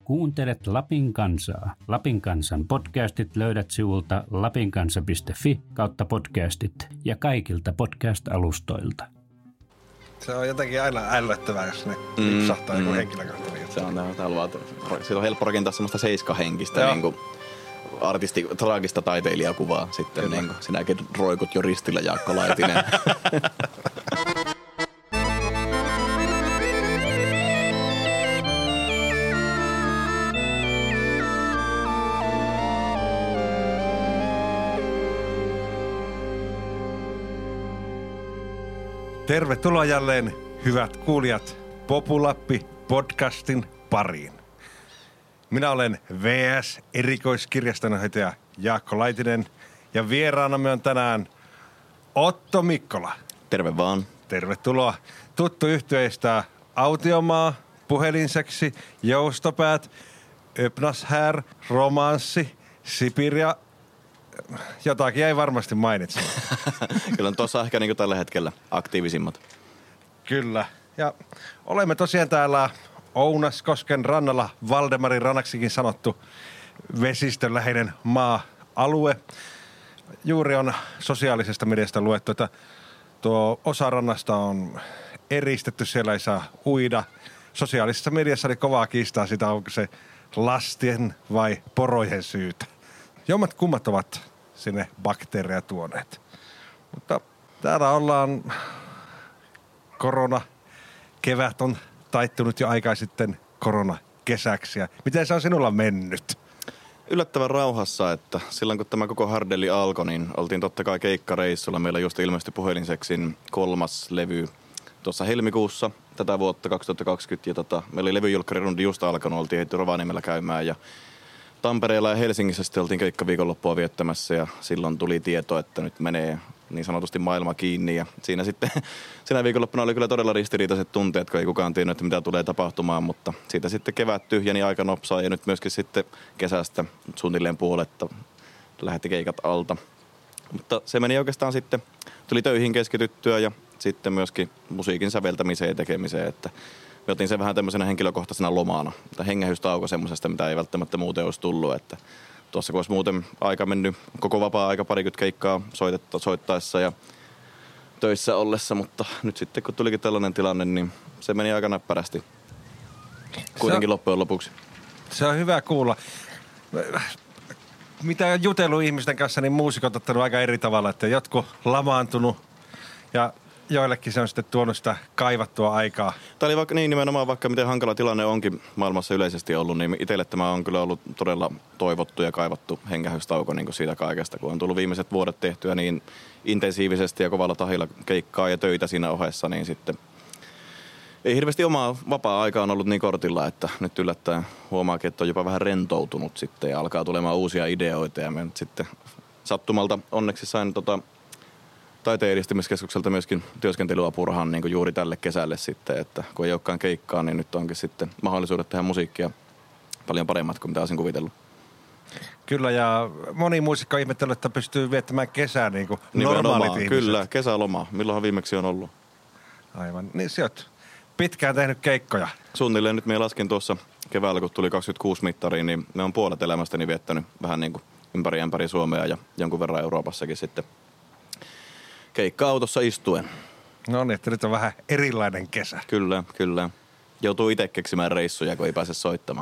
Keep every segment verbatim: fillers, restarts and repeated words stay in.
Kuuntelet Lapin kansaa. Lapin kansan podcastit löydät sivulta lapinkansa piste fi kautta podcastit ja kaikilta podcast-alustoilta. Se on jotenkin aina ällöttävää, jos ne mm, lipsahtaa mm. joku henkilökohtainen. Se on, siitä on helppo rakentaa semmoista seiskahenkistä niin kuin artisti, traagista taiteilijakuvaa. Sitten niin kuin sinäkin roikut jo ristillä, Jaakko Laitinen. Tervetuloa jälleen, hyvät kuulijat, Populappi podcastin pariin. Minä olen V S-erikoiskirjastonhoitaja Jaakko Laitinen ja vieraanamme on tänään Otto Mikkola. Terve vaan. Tervetuloa. Tuttu yhtyeistä Autiomaa, Puhelinseksi, Joustopäät, Öpnashär, Romanssi, Sipiria. Jotakin ei varmasti mainitse. Kyllä on tuossa ehkä niin kuin tällä hetkellä aktiivisimmat. Kyllä. Ja olemme tosiaan täällä Ounaskosken rannalla, Valdemarin rannaksikin sanottu vesistönläheinen maa-alue. Juuri on sosiaalisesta mediasta luettu, että tuo osa rannasta on eristetty, siellä ei saa uida. Sosiaalisessa mediassa oli kovaa kiistaa sitä, onko se lastien vai porojen syytä. Jommat kummat ovat sinne bakteereja tuoneet. Mutta täällä ollaan, korona, kevät on taittunut jo aikaa sitten koronakesäksi. Miten se on sinulla mennyt? Yllättävän rauhassa, että silloin kun tämä koko hardelli alkoi, niin oltiin totta kai keikkareissulla. Meillä just ilmestyi Puhelinseksin kolmas levy tuossa helmikuussa tätä vuotta kaksituhattakaksikymmentä. Ja tota, meillä oli levyjulkkarirundi just alkanut, oltiin heitty Rovaniemellä käymään ja Tampereella ja Helsingissä sitten oltiin keikkaviikonloppua viettämässä ja silloin tuli tieto, että nyt menee niin sanotusti maailma kiinni. Ja siinä sitten, siinä viikonloppuna oli kyllä todella ristiriitaiset tunteet, kun ei kukaan tiennyt, että mitä tulee tapahtumaan, mutta siitä sitten kevät tyhjeni aika nopsaa ja nyt myöskin sitten kesästä suunnilleen puoletta lähetti keikat alta. Mutta se meni oikeastaan sitten, tuli töihin keskityttyä ja sitten myöskin musiikin säveltämiseen ja tekemiseen, että me otin sen vähän tämmöisenä henkilökohtaisena lomana. Hengähystauko semmoisesta, mitä ei välttämättä muuten olisi tullut. Että tuossa kun olisi muuten aika mennyt koko vapaa-aika parikymmentä keikkaa soitetta, soittaessa ja töissä ollessa. Mutta nyt sitten kun tulikin tällainen tilanne, niin se meni aika näppärästi kuitenkin loppujen lopuksi. Se on hyvä kuulla. Mitä on jutellut ihmisten kanssa, niin muusikot on ottanut aika eri tavalla. Että jotkut lamaantunut ja joillekin se on sitten tuonut sitä kaivattua aikaa. Tämä oli vaikka, niin nimenomaan vaikka miten hankala tilanne onkin maailmassa yleisesti ollut, niin itselle tämä on kyllä ollut todella toivottu ja kaivattu hengähystauko niin kuin siitä kaikesta, kun on tullut viimeiset vuodet tehtyä niin intensiivisesti ja kovalla tahilla keikkaa ja töitä siinä ohessa, niin sitten ei hirveästi omaa vapaa-aikaa on ollut niin kortilla, että nyt yllättäen huomaakin, että on jopa vähän rentoutunut sitten ja alkaa tulemaan uusia ideoita ja me nyt sitten sattumalta onneksi sain tota taiteen edistämiskeskukselta myöskin työskentelyapurahan niin kuin juuri tälle kesälle sitten, että kun ei olekaan keikkaa, niin nyt onkin sitten mahdollisuudet tehdä musiikkia paljon paremmat kuin mitä olisin kuvitellut. Kyllä, ja moni muusikko on ihmetellyt, että pystyy viettämään kesää niin kuin normaalit ihmiset. Kyllä, kesäloma. Milloinhan viimeksi on ollut? Aivan. Niin sä oot pitkään tehnyt keikkoja. Suunnilleen nyt me laskin tuossa keväällä, kun tuli kaksikymmentäkuusi mittariin, niin me on puolet elämästäni viettänyt vähän niin kuin ympäri ympäri Suomea ja jonkun verran Euroopassakin sitten keikka-autossa istuen. No niin, että nyt on vähän erilainen kesä. Kyllä, kyllä. Joutuu itse keksimään reissuja, kun ei pääse soittamaan.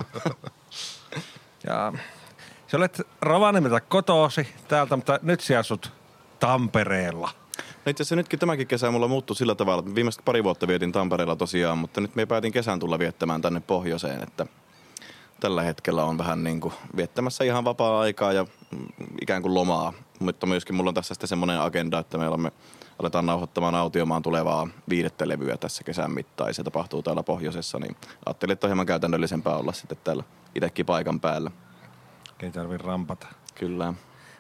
Ja sä olet Rovaniemeltä kotoosi täältä, mutta nyt sä asut Tampereella. No itse asiassa nytkin tämäkin kesä mulla muuttui sillä tavalla, että viimeiset pari vuotta vietin Tampereella tosiaan, mutta nyt me päätin kesän tulla viettämään tänne pohjoiseen, että tällä hetkellä on vähän niin kuin viettämässä ihan vapaa-aikaa ja ikään kuin lomaa. Mutta myöskin mulla on tässä sitten semmoinen agenda, että me olemme, aletaan nauhoittamaan Autiomaan tulevaa viidettä levyä tässä kesän mittaan. Se tapahtuu täällä pohjoisessa, niin ajattelin, että on hieman käytännöllisempää olla sitten täällä itsekin paikan päällä. Ei tarvitse rampata. Kyllä.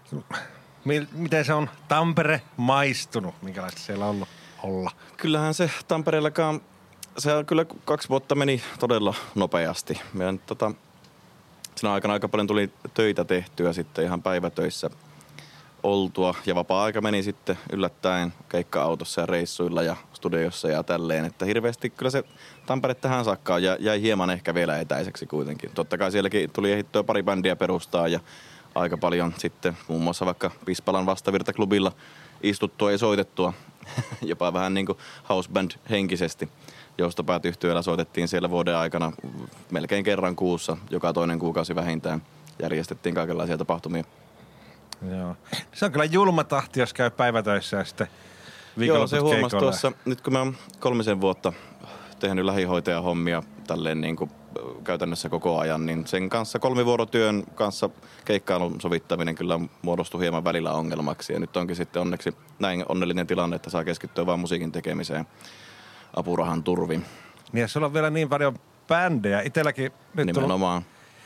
Miten se on Tampere maistunut? Minkälaista siellä on ollut olla? Kyllähän se Tampereellakaan, se kyllä kaksi vuotta meni todella nopeasti. Meidän tota, siinä aikana aika paljon tuli töitä tehtyä sitten ihan päivätöissä oltua. Ja vapaa-aika meni sitten yllättäen keikka-autossa ja reissuilla ja studiossa ja tälleen. Että hirveästi kyllä se Tampere tähän saakka jäi hieman ehkä vielä etäiseksi kuitenkin. Totta kai sielläkin tuli ehdittyä pari bändiä perustaa ja aika paljon sitten muun muassa vaikka Pispalan Vastavirta-klubilla istuttua ja soitettua. Jopa vähän niin kuin house band henkisesti. Joustopäät-yhtyeellä soitettiin siellä vuoden aikana melkein kerran kuussa, joka toinen kuukausi vähintään. Järjestettiin kaikenlaisia tapahtumia. Joo. Se on kyllä julma tahti, jos käy päivätöissä ja sitten viikonloput Joo, se huomasi keikoilla. tuossa, nyt kun mä oon kolmisen vuotta tehnyt lähihoitajan hommia tälleen niin kuin käytännössä koko ajan, niin sen kanssa kolmivuorotyön kanssa keikkailun sovittaminen kyllä muodostui hieman välillä ongelmaksi. Ja nyt onkin sitten onneksi näin onnellinen tilanne, että saa keskittyä vain musiikin tekemiseen apurahan turvin. Niin ja sulla on vielä niin paljon bändejä. Itselläkin nyt nimenomaan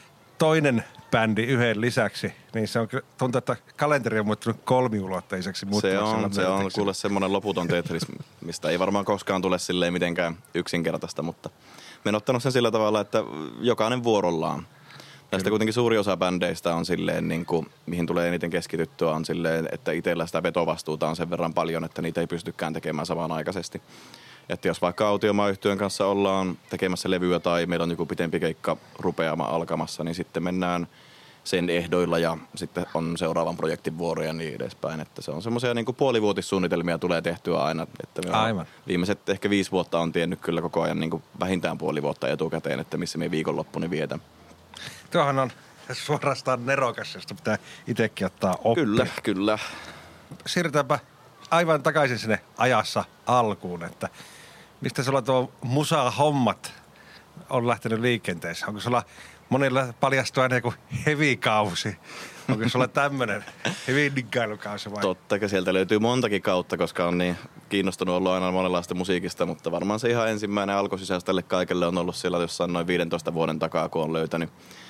toinen bändi yhden lisäksi, niin se on kyllä, tuntuu, että kalenteri on muuttunut kolmiulotteiseksi. Se on, se on kuule semmoinen loputon Tetris, mistä ei varmaan koskaan tule silleen mitenkään yksinkertaista, mutta mä en ottanut sen sillä tavalla, että jokainen vuorollaan. Näistä kuitenkin suuri osa bändeistä on silleen, niin kuin, mihin tulee eniten keskityttyä, on silleen, että itsellä sitä vetovastuuta on sen verran paljon, että niitä ei pystykään tekemään samanaikaisesti. Että jos vaikka Autiomaa-yhtyön kanssa ollaan tekemässä levyä tai meillä on joku pitempi keikka rupeama alkamassa, niin sitten mennään sen ehdoilla ja sitten on seuraavan projektin vuoro ja niin edespäin. Että se on semmoisia niin kuin puolivuotissuunnitelmia tulee tehtyä aina. Että aivan. Viimeiset ehkä viisi vuotta on tiennyt kyllä koko ajan niin kuin vähintään puoli vuotta etukäteen, että missä me viikonloppuni vietän. Tuohan on suorastaan nerokas, josta pitää itsekin ottaa oppia. Kyllä, kyllä. Siirrytäänpä aivan takaisin sinne ajassa alkuun, että mistä sulla tuo musa-hommat on lähtenyt liikenteessä? Onko sulla monilla paljastua aina joku hevikausi? Onko sulla tämmöinen hevi-diggailukausi vai? Totta, sieltä löytyy montakin kautta, koska on niin kiinnostunut ollut aina monenlaista musiikista, mutta varmaan se ihan ensimmäinen alkusysäys tälle kaikelle on ollut siellä jossain noin viidentoista vuoden takaa, kun on löytänyt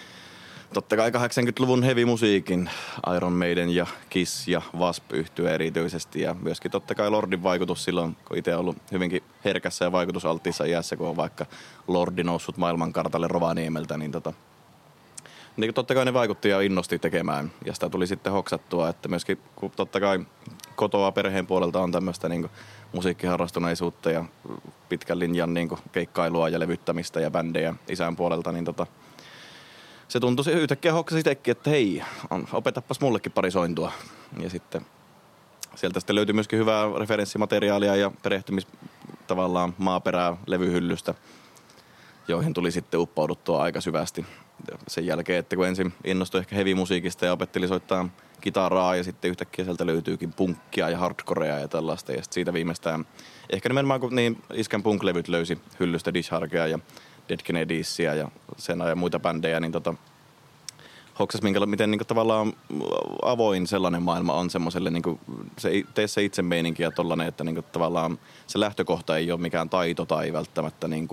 totta kai kahdeksankymmentäluvun heavy-musiikin, Iron Maiden ja Kiss ja Wasp-yhtye erityisesti ja myöskin totta kai Lordin vaikutus silloin, kun itse on ollut hyvinkin herkässä ja vaikutusalttiissa iässä, kun on vaikka Lordi noussut maailmankartalle Rovaniemeltä, niin tota, niin totta kai ne vaikutti ja innosti tekemään ja sitä tuli sitten hoksattua, että myöskin kun totta kai kotoa perheen puolelta on tämmöistä niin kuin musiikkiharrastuneisuutta ja pitkän linjan niin kuin keikkailua ja levyttämistä ja bändejä isän puolelta, niin tota, se tuntui yhtäkkiä hoksasi itsekin, että hei, on, opetapas mullekin pari sointua. Ja sitten sieltä sitten löytyi myöskin hyvää referenssimateriaalia ja perehtymis tavallaan maaperää levyhyllystä, joihin tuli sitten uppauduttua aika syvästi. Sen jälkeen, että kun ensin innostui ehkä heavy-musiikista ja opetteli soittaa kitaraa ja sitten yhtäkkiä sieltä löytyykin punkkia ja hardcorea ja tällaista. Ja sitten siitä viimeistään, ehkä nimenomaan kun niin Iskän punk-levyt löysi hyllystä Dishargia ja Dead Kennediesia ja sen ajan muita bändejä, niin tota, hoksas minkä, miten niin tavallaan avoin sellainen maailma on semmoiselle, niin se, tee se itse meininki ja tollainen, että niin tavallaan se lähtökohta ei ole mikään taito tai välttämättä niin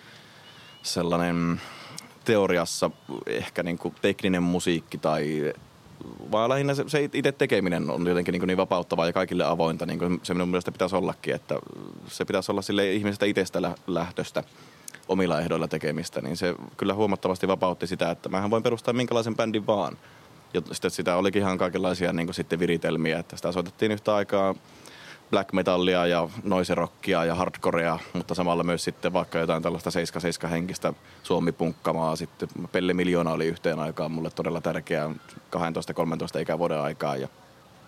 sellainen teoriassa ehkä niin tekninen musiikki tai vaan lähinnä se, se itse tekeminen on jotenkin niin, niin vapauttavaa ja kaikille avointa, niin kuin se minun mielestä pitäisi ollakin, että se pitäisi olla sille ihmisestä itsestä lähtöstä omilla ehdoilla tekemistä, niin se kyllä huomattavasti vapautti sitä, että mähän voin perustaa minkälaisen bändin vaan. Ja sitten sitä olikin ihan kaikenlaisia niin kuin sitten viritelmiä, että sitä soitettiin yhtä aikaa black metallia ja noiserockia ja hardcorea, mutta samalla myös sitten vaikka jotain tällaista seitsemän seitsemän henkistä suomipunkkamaa. Sitten Pelle Miljoona oli yhteen aikaan mulle todella tärkeää kaksitoista kolmetoista ikävuoden aikaa. Ja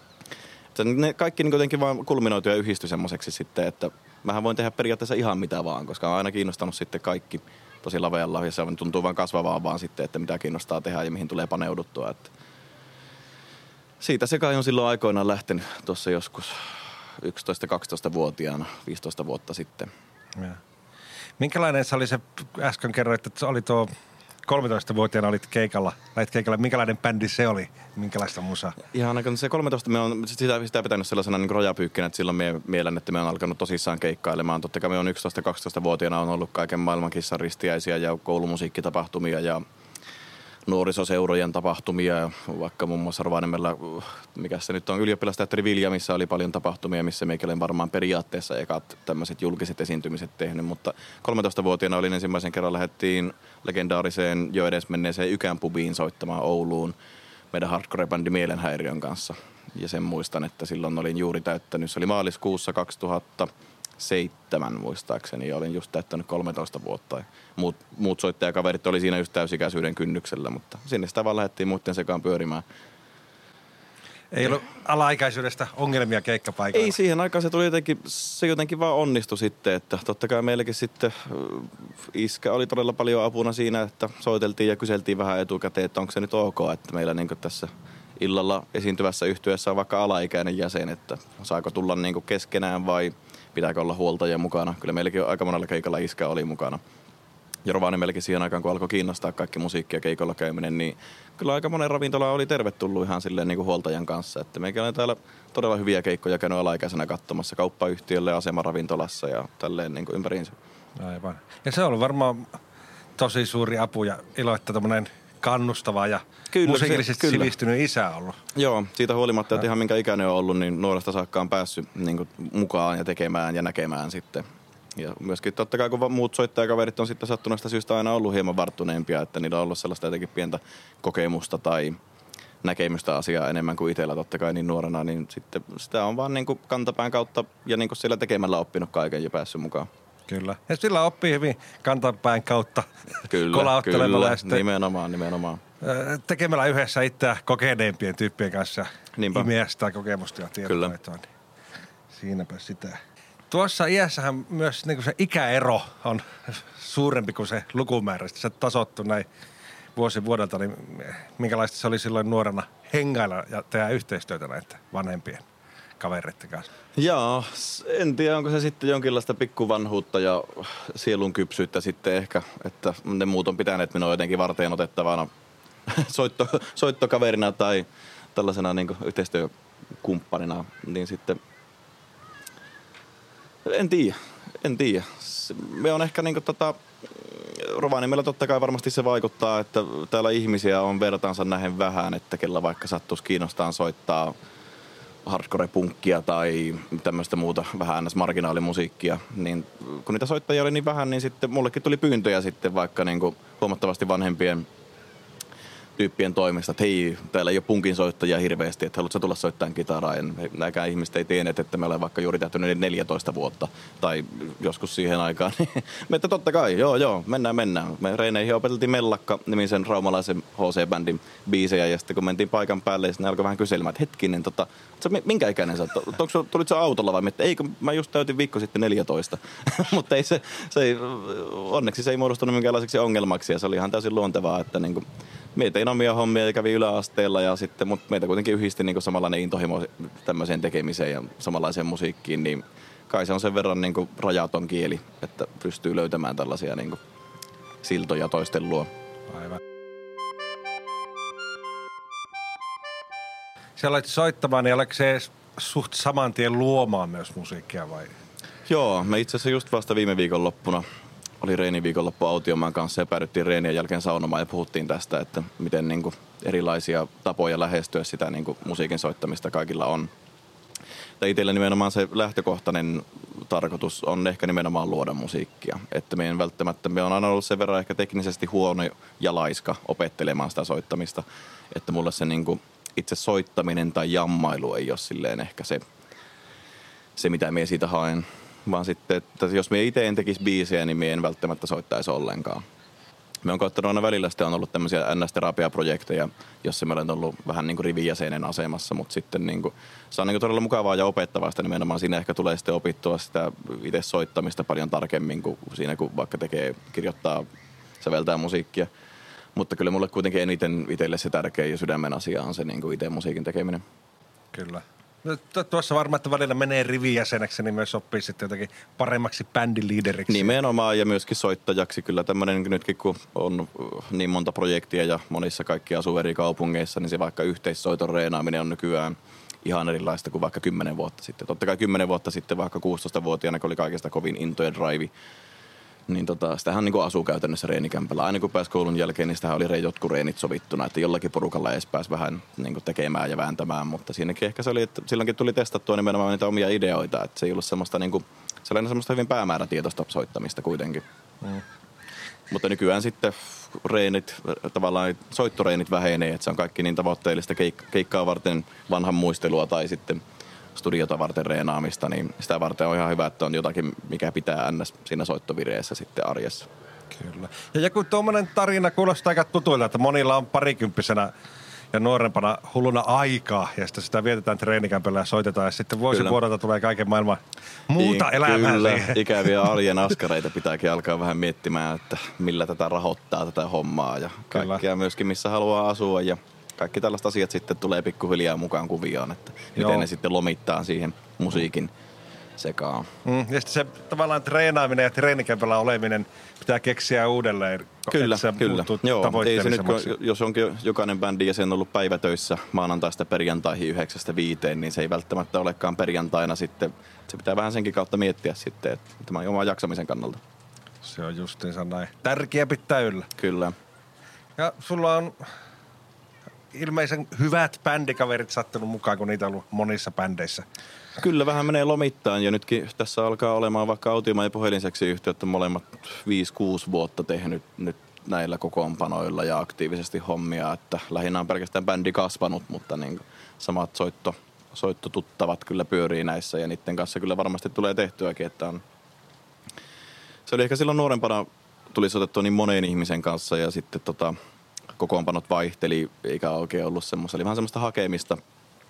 ne kaikki niin kuitenkin vaan kulminoitu ja yhdistyi semmoiseksi sitten, että mähän voin tehdä periaatteessa ihan mitä vaan, koska on aina kiinnostanut sitten kaikki tosi lavealla ja se tuntuu vaan kasvavaa vaan sitten, että mitä kiinnostaa tehdä ja mihin tulee paneuduttua. Että siitä se kai on silloin aikoinaan lähtenyt tuossa joskus yksitoista-kaksitoista-vuotiaana, viisitoista vuotta sitten. Ja. Minkälainen se oli se, äsken kerroit, että se oli tuo kolmetoistavuotiaana olit keikalla, lähit keikalla, minkälainen bändi se oli, minkälaista musaa? Ihan aika se kolmetoista, me on sitä, sitä pitänyt sellaisena niin rajapyykkinä, että silloin me mielen, että me on alkanut tosissaan keikkailemaan. Totta kai me on yksitoista-kaksitoista-vuotiaana on ollut kaiken maailman kissaristiäisiä ja koulumusiikkitapahtumia ja nuorisoseurojen tapahtumia, vaikka muun muassa Rovaniemellä, mikä se nyt on, ylioppilasteatteri Vilja, missä oli paljon tapahtumia, missä meikä olen varmaan periaatteessa ekat tämmöiset julkiset esiintymiset tehnyt, mutta kolmetoistavuotiaana olin ensimmäisen kerran lähdettiin legendaariseen jo edes menneeseen Ykän pubiin soittamaan Ouluun meidän hardcore-bändi Mielenhäiriön kanssa. Ja sen muistan, että silloin olin juuri täyttänyt, se oli maaliskuussa kaksituhattaseitsemän muistaakseni, ja olin just täyttänyt kolmetoista vuotta. Muut, muut soittajakaverit oli siinä just täysikäisyyden kynnyksellä, mutta sinne sitä vaan lähdettiin muiden sekaan pyörimään. Ei ollut alaikäisyydestä ongelmia keikkapaikalla? Ei, siihen aikaan se tuli jotenkin, se jotenkin vaan onnistui sitten, että totta kai meilläkin sitten iskä oli todella paljon apuna siinä, että soiteltiin ja kyseltiin vähän etukäteen, että onko se nyt ok, että meillä niin kuin tässä illalla esiintyvässä yhtyeessä on vaikka alaikäinen jäsen, että saako tulla niin kuin keskenään vai pitääkö olla huoltaja mukana. Kyllä meilläkin aika monella keikalla iskä oli mukana. Ja Rovaniemelläkin siihen aikaan, kun alkoi kiinnostaa kaikki musiikki ja keikolla käyminen, niin kyllä aika monen ravintola oli tervetullut ihan silleen niin kuin huoltajan kanssa. Että meikä olen täällä todella hyviä keikkoja käynyt alaikäisenä katsomassa kauppayhtiölle ja asemaravintolassa ja tälleen niin kuin ympäriinsä. Aivan. Ja se on ollut varmaan tosi suuri apu ja ilo, että tommoinen kannustava ja kyllä, musiikillisesti se, sivistynyt isä on ollut. Joo, siitä huolimatta, että ihan minkä ikäinen on ollut, niin nuoresta saakka on päässyt niin kuin mukaan ja tekemään ja näkemään sitten. Ja myöskin totta kai, kun muut soittajakaverit on sitten sattuneesta syystä aina ollut hieman varttuneempia, että niillä on ollut sellaista jotenkin pientä kokemusta tai näkemystä asiaa enemmän kuin itsellä totta kai niin nuorena, niin sitten sitä on vaan niin kuin kantapään kautta ja niin kuin siellä tekemällä oppinut kaiken ja päässyt mukaan. Kyllä. Ja sillä oppii hyvin kantapään kautta kyllä, kolauttelemalla kyllä, ja sitten nimenomaan, nimenomaan. tekemällä yhdessä itseä kokeneempien tyyppien kanssa imiä sitä kokemusta ja tietotaitoa. Niin siinäpä sitä. Tuossa iässähän myös niin kuin se ikäero on suurempi kuin se lukumäärä. Se tasottu näin vuosi vuodelta, niin minkälaista se oli silloin nuorena hengailla ja tehdä yhteistyötä näiden vanhempien kavereiden kanssa? Jaa, en tiedä, onko se sitten jonkinlaista pikkuvanhuutta ja sielun kypsyyttä sitten ehkä, että ne muut on pitäneet minua jotenkin varteen otettavana soitto, soittokaverina tai tällaisena niin kuin yhteistyökumppanina, niin sitten en tiedä, en tiedä. Me on ehkä niinku tota, Rovaniemellä totta kai varmasti se vaikuttaa, että täällä ihmisiä on vertaansa nähen vähän, että kella vaikka sattuisi kiinnostaan soittaa hardcore-punkkia tai tämmöistä muuta vähän ns. Marginaalimusiikkia, niin kun niitä soittajia oli niin vähän, niin sitten mullekin tuli pyyntöjä sitten vaikka niinku huomattavasti vanhempien tyyppien toimesta, että hei, täällä ei ole punkin soittajia hirveästi, että haluatko tulla soittamaan kitaraa. Ja nämäkään ihmiset ei tienneet, että me olemme vaikka juuri täytynyt neljätoista vuotta tai joskus siihen aikaan. Me että totta kai, joo joo, mennään mennään. Me reineihin opeteltiin Mellakka-nimisen raumalaisen H C-bändin biisejä ja sitten kun mentiin paikan päälle, niin ne alkoi vähän kyselemään, että hetkinen, tota, minkä ikäinen sä oot? Tulit sä autolla vai? Että eikö, mä just täytin viikko sitten neljätoista. Mutta ei se, se ei, onneksi se ei muodostunut minkäänlaiseksi ongelmaksi ja se oli ihan täysin luontevaa, että niinku me tein omia hommia ja kävi yläasteella, ja sitten, mutta meitä kuitenkin yhdisti niin kuin samanlainen intohimo tämmöiseen tekemiseen ja samanlaiseen musiikkiin, niin kai se on sen verran niin kuin rajaton kieli, että pystyy löytämään tällaisia niin kuin siltoja toisten luo. Aivan. Sä aloit soittamaan, niin oliko se suht saman tien luomaan myös musiikkia vai? Joo, me itse asiassa just vasta viime viikonloppuna oli Reinin viikonloppu Autiomaan kanssa ja päädyttiin Reinien jälkeen saunomaan ja puhuttiin tästä, että miten niin kuin erilaisia tapoja lähestyä sitä niin kuin musiikin soittamista kaikilla on. Ja itsellä nimenomaan se lähtökohtainen tarkoitus on ehkä nimenomaan luoda musiikkia. Että me en välttämättä, me on aina ollut sen verran ehkä teknisesti huono ja laiska opettelemaan sitä soittamista, että mulle se niin kuin itse soittaminen tai jammailu ei ole silleen ehkä se, se mitä me siitä haen. Vaan sitten, että jos me itse en tekisi biisejä, niin me en välttämättä soittaisi ollenkaan. Me on koettanut aina välillä, sitten on ollut tämmöisiä N S-terapiaprojekteja, jossa me olen ollut vähän niin kuin rivijäsenen asemassa, mutta sitten niin kuin, se on niin kuin todella mukavaa ja opettavaa sitä nimenomaan. Siinä ehkä tulee sitten opittua sitä itse soittamista paljon tarkemmin kuin siinä, kun vaikka tekee, kirjoittaa, säveltää musiikkia. Mutta kyllä mulle kuitenkin eniten itselle se tärkeä ja sydämen asia on se niin kuin itse musiikin tekeminen. Kyllä. No, tuossa varmaan, että välillä menee rivijäseneksi, niin myös oppii sitten jotenkin paremmaksi bändiliideriksi. Nimenomaan ja myöskin soittajaksi. Kyllä tämmöinen nytkin, kun on niin monta projektia ja monissa kaikki asuu eri kaupungeissa, niin se vaikka yhteissoiton reenaaminen on nykyään ihan erilaista kuin vaikka kymmenen vuotta sitten. Totta kai kymmenen vuotta sitten, vaikka kuusitoistavuotiaana, kun oli kaikista kovin into ja drive, niin tota, sitähän niin kuin asuu käytännössä reenikämpällä. Aina kun pääsi koulun jälkeen, niin sitähän oli jotkut reenit sovittuna, että jollakin porukalla edes pääsi vähän niin kuin tekemään ja vääntämään, mutta siinäkin ehkä se oli, että silloinkin tuli testattua nimenomaan niitä omia ideoita, että se ei ollut semmoista niin kuin, se oli semmoista hyvin päämäärätietoista soittamista kuitenkin. Mm. Mutta nykyään sitten reenit, tavallaan soittoreenit vähenee, että se on kaikki niin tavoitteellista keik- keikkaa varten vanhan muistelua tai sitten studiota varten reenaamista, niin sitä varten on ihan hyvä, että on jotakin, mikä pitää ns. Siinä soittovireessä sitten arjessa. Kyllä. Ja joku tuommoinen tarina kuulostaa aika tutuilta, että monilla on parikymppisenä ja nuorempana hulluna aikaa, ja sitten sitä vietetään treenikämpöllä ja soitetaan, ja sitten vuosivuodelta tulee kaiken maailman muuta niin, elämää kyllä, siihen. ikäviä arjen askareita pitääkin alkaa vähän miettimään, että millä tätä rahoittaa tätä hommaa, ja kaikkia kyllä. myöskin missä haluaa asua, ja kaikki tällaiset asiat sitten tulee pikkuhiljaa mukaan kuvioon, että Joo. miten ne sitten lomittaa siihen musiikin sekaan. Mm, ja sitten se tavallaan treenaaminen ja treenikämpällä oleminen pitää keksiä uudelleen. Kyllä, kyllä. Joo, ei se nyt, jos onkin jokainen bändi ja sen on ollut päivätöissä maanantaista perjantaihin yhdeksästä viiteen, niin se ei välttämättä olekaan perjantaina sitten. Se pitää vähän senkin kautta miettiä sitten, että tämä on oman jaksamisen kannalta. Se on justiinsa näin. Tärkeä pitää yllä. Kyllä. Ja sulla on ilmeisen hyvät bändikaverit sattunut mukaan, kun niitä on ollut monissa bändeissä. Kyllä, vähän menee lomittain ja nytkin tässä alkaa olemaan vaikka Autiomaa ja Puhelinseksi yhtiöt on molemmat viisi kuusi vuotta tehnyt nyt näillä kokoonpanoilla ja aktiivisesti hommia, että lähinnä on pelkästään bändi kasvanut, mutta niin samat soitto, soittotuttavat kyllä pyörii näissä ja niiden kanssa kyllä varmasti tulee tehtyäkin, että on. Se oli ehkä silloin nuorempana tuli soitettua niin moneen ihmisen kanssa ja sitten tota, kokoonpanot vaihteli, eikä oikein ollut semmoista, oli vähän semmoista hakemista.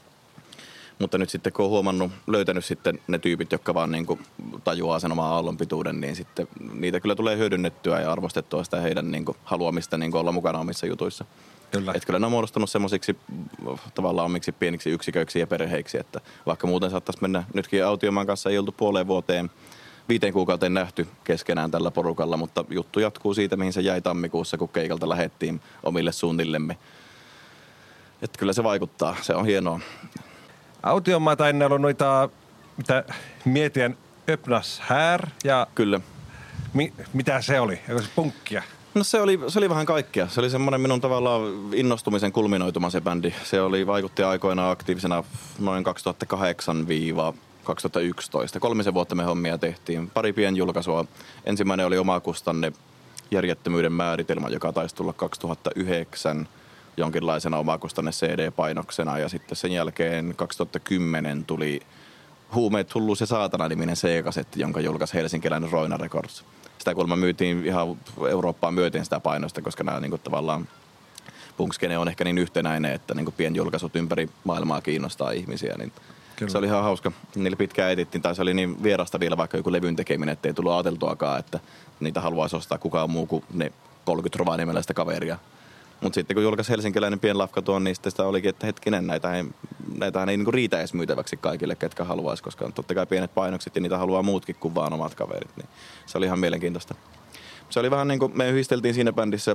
Mutta nyt sitten kun on huomannut, löytänyt sitten ne tyypit, jotka vaan niin kuin tajuaa sen oman aallonpituuden, niin sitten niitä kyllä tulee hyödynnettyä ja arvostettua sitä heidän niin kuin haluamista niin kuin olla mukana omissa jutuissa. Kyllä. Että kyllä ne on muodostunut semmoisiksi tavallaan omiksi pieniksi yksiköiksi ja perheiksi, että vaikka muuten saattaisi mennä, nytkin Autiomaan kanssa ei oltu puoleen vuoteen, viiteen kuukauteen nähty keskenään tällä porukalla, mutta juttu jatkuu siitä, mihin se jäi tammikuussa, kun keikalta lähettiin omille suunnillemme. Että kyllä se vaikuttaa, se on hienoa. Autiomaata ennen ollut noita, mitä mietin, Öppnas här ja... Kyllä. Mi, mitä se oli? Eikö se punkkia? No se oli, se oli vähän kaikkea. Se oli semmoinen minun tavallaan innostumisen kulminoituma se bändi. Se oli, vaikutti aikoinaan aktiivisena noin kaksituhattakahdeksan kaksituhattayksitoista. Kolmisen vuotta me hommia tehtiin. Pari pienjulkaisua. Ensimmäinen oli omakustanne järjettömyyden määritelmä, joka taisi tulla kaksituhattayhdeksän jonkinlaisena omakustanne C D-painoksena. Ja sitten sen jälkeen kaksituhattakymmenen tuli Huumeet, hulluus ja saatana-niminen C-kasetti, jonka julkaisi helsinkiläinen Roina Records. Sitä kuulemma myytiin ihan Eurooppaan myöten sitä painosta, koska nämä niin kuin, tavallaan punkskene on ehkä niin yhtenäinen, että niin kuin pienjulkaisut ympäri maailmaa kiinnostaa ihmisiä. Niin se oli ihan hauska. Niille pitkään etittiin, tai se oli niin vierasta vielä vaikka joku levyn tekeminen, ettei tullut ajateltuakaan, että niitä haluaisi ostaa kukaan muu kuin ne kolmekymmentä rovaniemeläistä kaveria. Mutta sitten kun julkaisi helsinkiläinen pienlafka tuon, niin sitten sitä olikin, että hetkinen, näitähän, näitähän ei niinku riitä edes myytäväksi kaikille, ketkä haluaisi, koska on totta kai pienet painokset ja niitä haluaa muutkin kuin vaan omat kaverit. Niin se oli ihan mielenkiintoista. Se oli vähän niin kuin, me yhdisteltiin siinä bändissä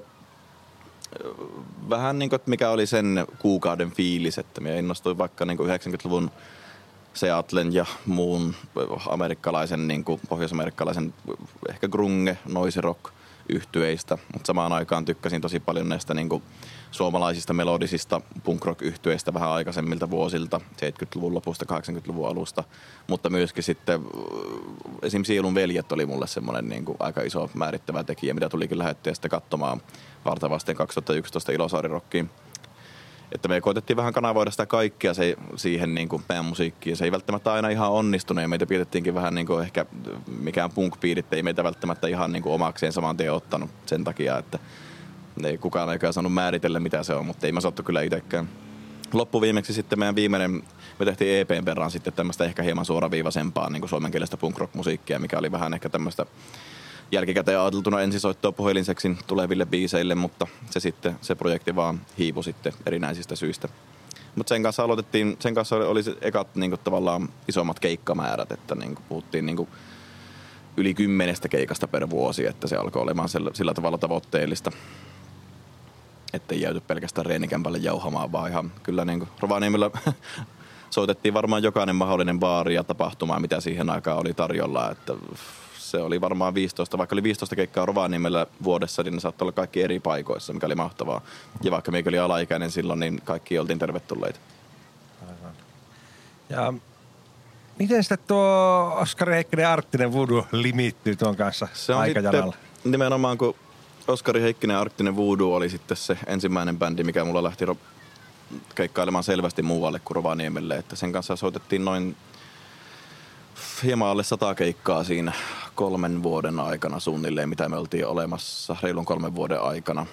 vähän niin kuin, että mikä oli sen kuukauden fiilis, että me innostuin vaikka niin kuin yhdeksänkymmentäluvun Seattlen ja muun amerikkalaisen, niin kuin pohjois-amerikkalaisen ehkä grunge, noise rock yhtyeistä, mutta samaan aikaan tykkäsin tosi paljon näistä niin kuin suomalaisista melodisista punk-rock-yhtyeistä vähän aikaisemmilta vuosilta, seitsemänkymmentäluvun lopusta, kahdeksankymmentäluvun alusta, mutta myöskin sitten esimerkiksi Sielun veljet oli mulle semmoinen niin kuin aika iso määrittävä tekijä, mitä tulikin lähdettyä sitten katsomaan vartavasten kaksituhattayksitoista Ilosaari-rockiin. Että me koitettiin vähän kanavoida sitä kaikkea se, siihen niin kuin meidän musiikkiin. Se ei välttämättä aina ihan onnistunut ja meitä pidettiinkin vähän niin kuin ehkä mikään punk-piirit ei meitä välttämättä ihan niin kuin omakseen saman tien ottanut sen takia, että ei kukaan eikä saanut määritellä mitä se on, mutta ei mä sattu kyllä itsekään. Loppuviimeksi sitten meidän viimeinen, me tehtiin E P:n perään sitten tämmöistä ehkä hieman suoraviivaisempaa niin kuin suomenkielistä punk-rock-musiikkia, mikä oli vähän ehkä tämmöistä jälkikäteen ajateltuna ensisoittoa Puhelinseksin tuleville biiseille, mutta se sitten, se projekti vaan hiipui sitten erinäisistä syistä. Mutta sen kanssa aloitettiin, sen kanssa oli, oli se ekat niinku tavallaan isommat keikkamäärät, että niinku puhuttiin niinku yli kymmenestä keikasta per vuosi, että se alkoi olemaan sillä, sillä tavalla tavoitteellista. Ettei jääty pelkästään reenikämpälle jauhamaan, vaan ihan kyllä niinku Rovaniemellä soitettiin varmaan jokainen mahdollinen baari ja tapahtuma, mitä siihen aikaan oli tarjolla, että se oli varmaan viisitoista, vaikka oli viisitoista keikkaa Rovaniemellä vuodessa, niin ne saattoi olla kaikki eri paikoissa, mikä oli mahtavaa. Ja vaikka meikä oli alaikäinen silloin, niin kaikki oltiin tervetulleita. Aivan. Ja miten sitten tuo Oskari Heikkinen Arttinen Voodoo limittyy tuon kanssa se on aikajanalla? Sitten nimenomaan, kun Oskari Heikkinen ja Arktinen Voodoo oli sitten se ensimmäinen bändi, mikä mulla lähti ro- keikkailemaan selvästi muualle kuin Rovaniemelle. Että sen kanssa soitettiin noin hieman alle sata keikkaa siinä kolmen vuoden aikana suunnilleen, mitä me oltiin olemassa reilun kolmen vuoden aikana.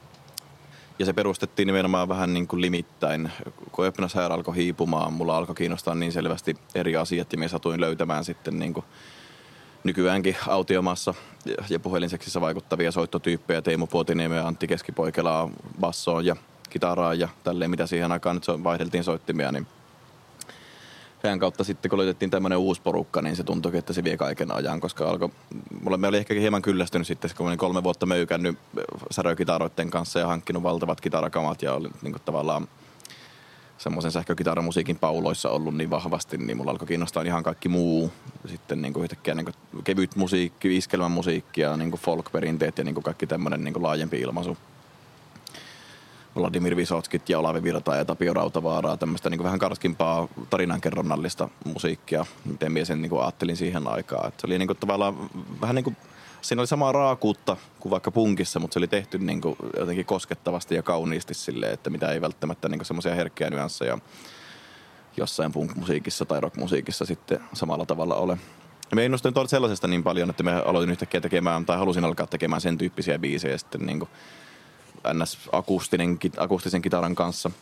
Ja se perustettiin nimenomaan vähän niin kuin limittäin. Kun Öppnäshäärä alkoi hiipumaan, mulla alkoi kiinnostaa niin selvästi eri asiat ja minä satuin löytämään sitten niin kuin nykyäänkin autiomaassa ja puhelinseksissä vaikuttavia soittotyyppejä. Teemu Puotiniemi ja Antti Keskipoikelaa bassoon ja kitaraan ja tälleen, mitä siihen aikaan nyt vaihdeltiin soittimia, niin heidän kautta sitten, kun löytettiin tämmöinen uusi porukka, niin se tuntui, että se vie kaiken ajan, koska alkoi, mulla me oli ehkä hieman kyllästynyt sitten, kun olin kolme vuotta möykännyt särökitaroiden kanssa ja hankkinut valtavat kitarakamat ja oli niin kuin tavallaan semmoisen sähkökitaramusiikin pauloissa ollut niin vahvasti, niin mulla alkoi kiinnostaa ihan kaikki muu. Sitten niin kuin yhtäkkiä niin kuin kevyt musiikki, iskelmän musiikki ja niin kuin folk-perinteet ja niin kuin kaikki tämmöinen niin kuin laajempi ilmaisu. Vladimir Vysotskit ja Olavi Virta ja Tapio Rautavaaraa, tämmöistä niin kuin vähän karskimpaa tarinankerronnallista musiikkia, miten minä sen niin kuin ajattelin siihen aikaan. Että se oli niin kuin tavallaan vähän niin kuin, siinä oli samaa raakuutta kuin vaikka punkissa, mutta se oli tehty niin kuin jotenkin koskettavasti ja kauniisti silleen, että mitä ei välttämättä niin kuin semmoisia herkkiä nyansseja jossain punk-musiikissa tai rock-musiikissa sitten samalla tavalla ole. Ja me innostuin sellaisesta niin paljon, että me aloitin yhtäkkiä tekemään, tai halusin alkaa tekemään sen tyyppisiä biisejä sitten niin kuin N S-akustinen, akustisen kitaran kanssa.